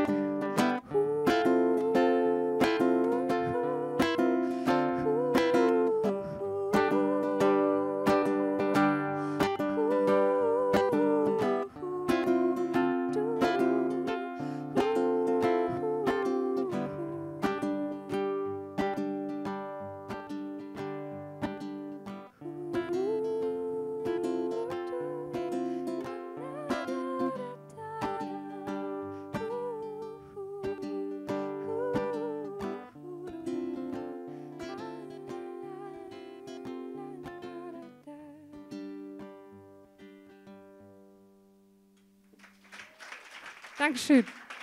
Dankeschön.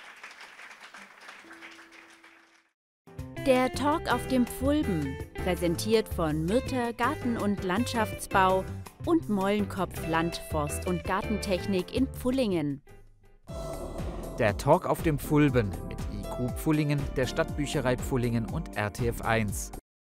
Der Talk auf dem Pfulben, präsentiert von Myrthe Garten- und Landschaftsbau und Mollenkopf Land-, Forst- und Gartentechnik in Pfullingen. Der Talk auf dem Pfulben mit I Q Pfullingen, der Stadtbücherei Pfullingen und R T F eins.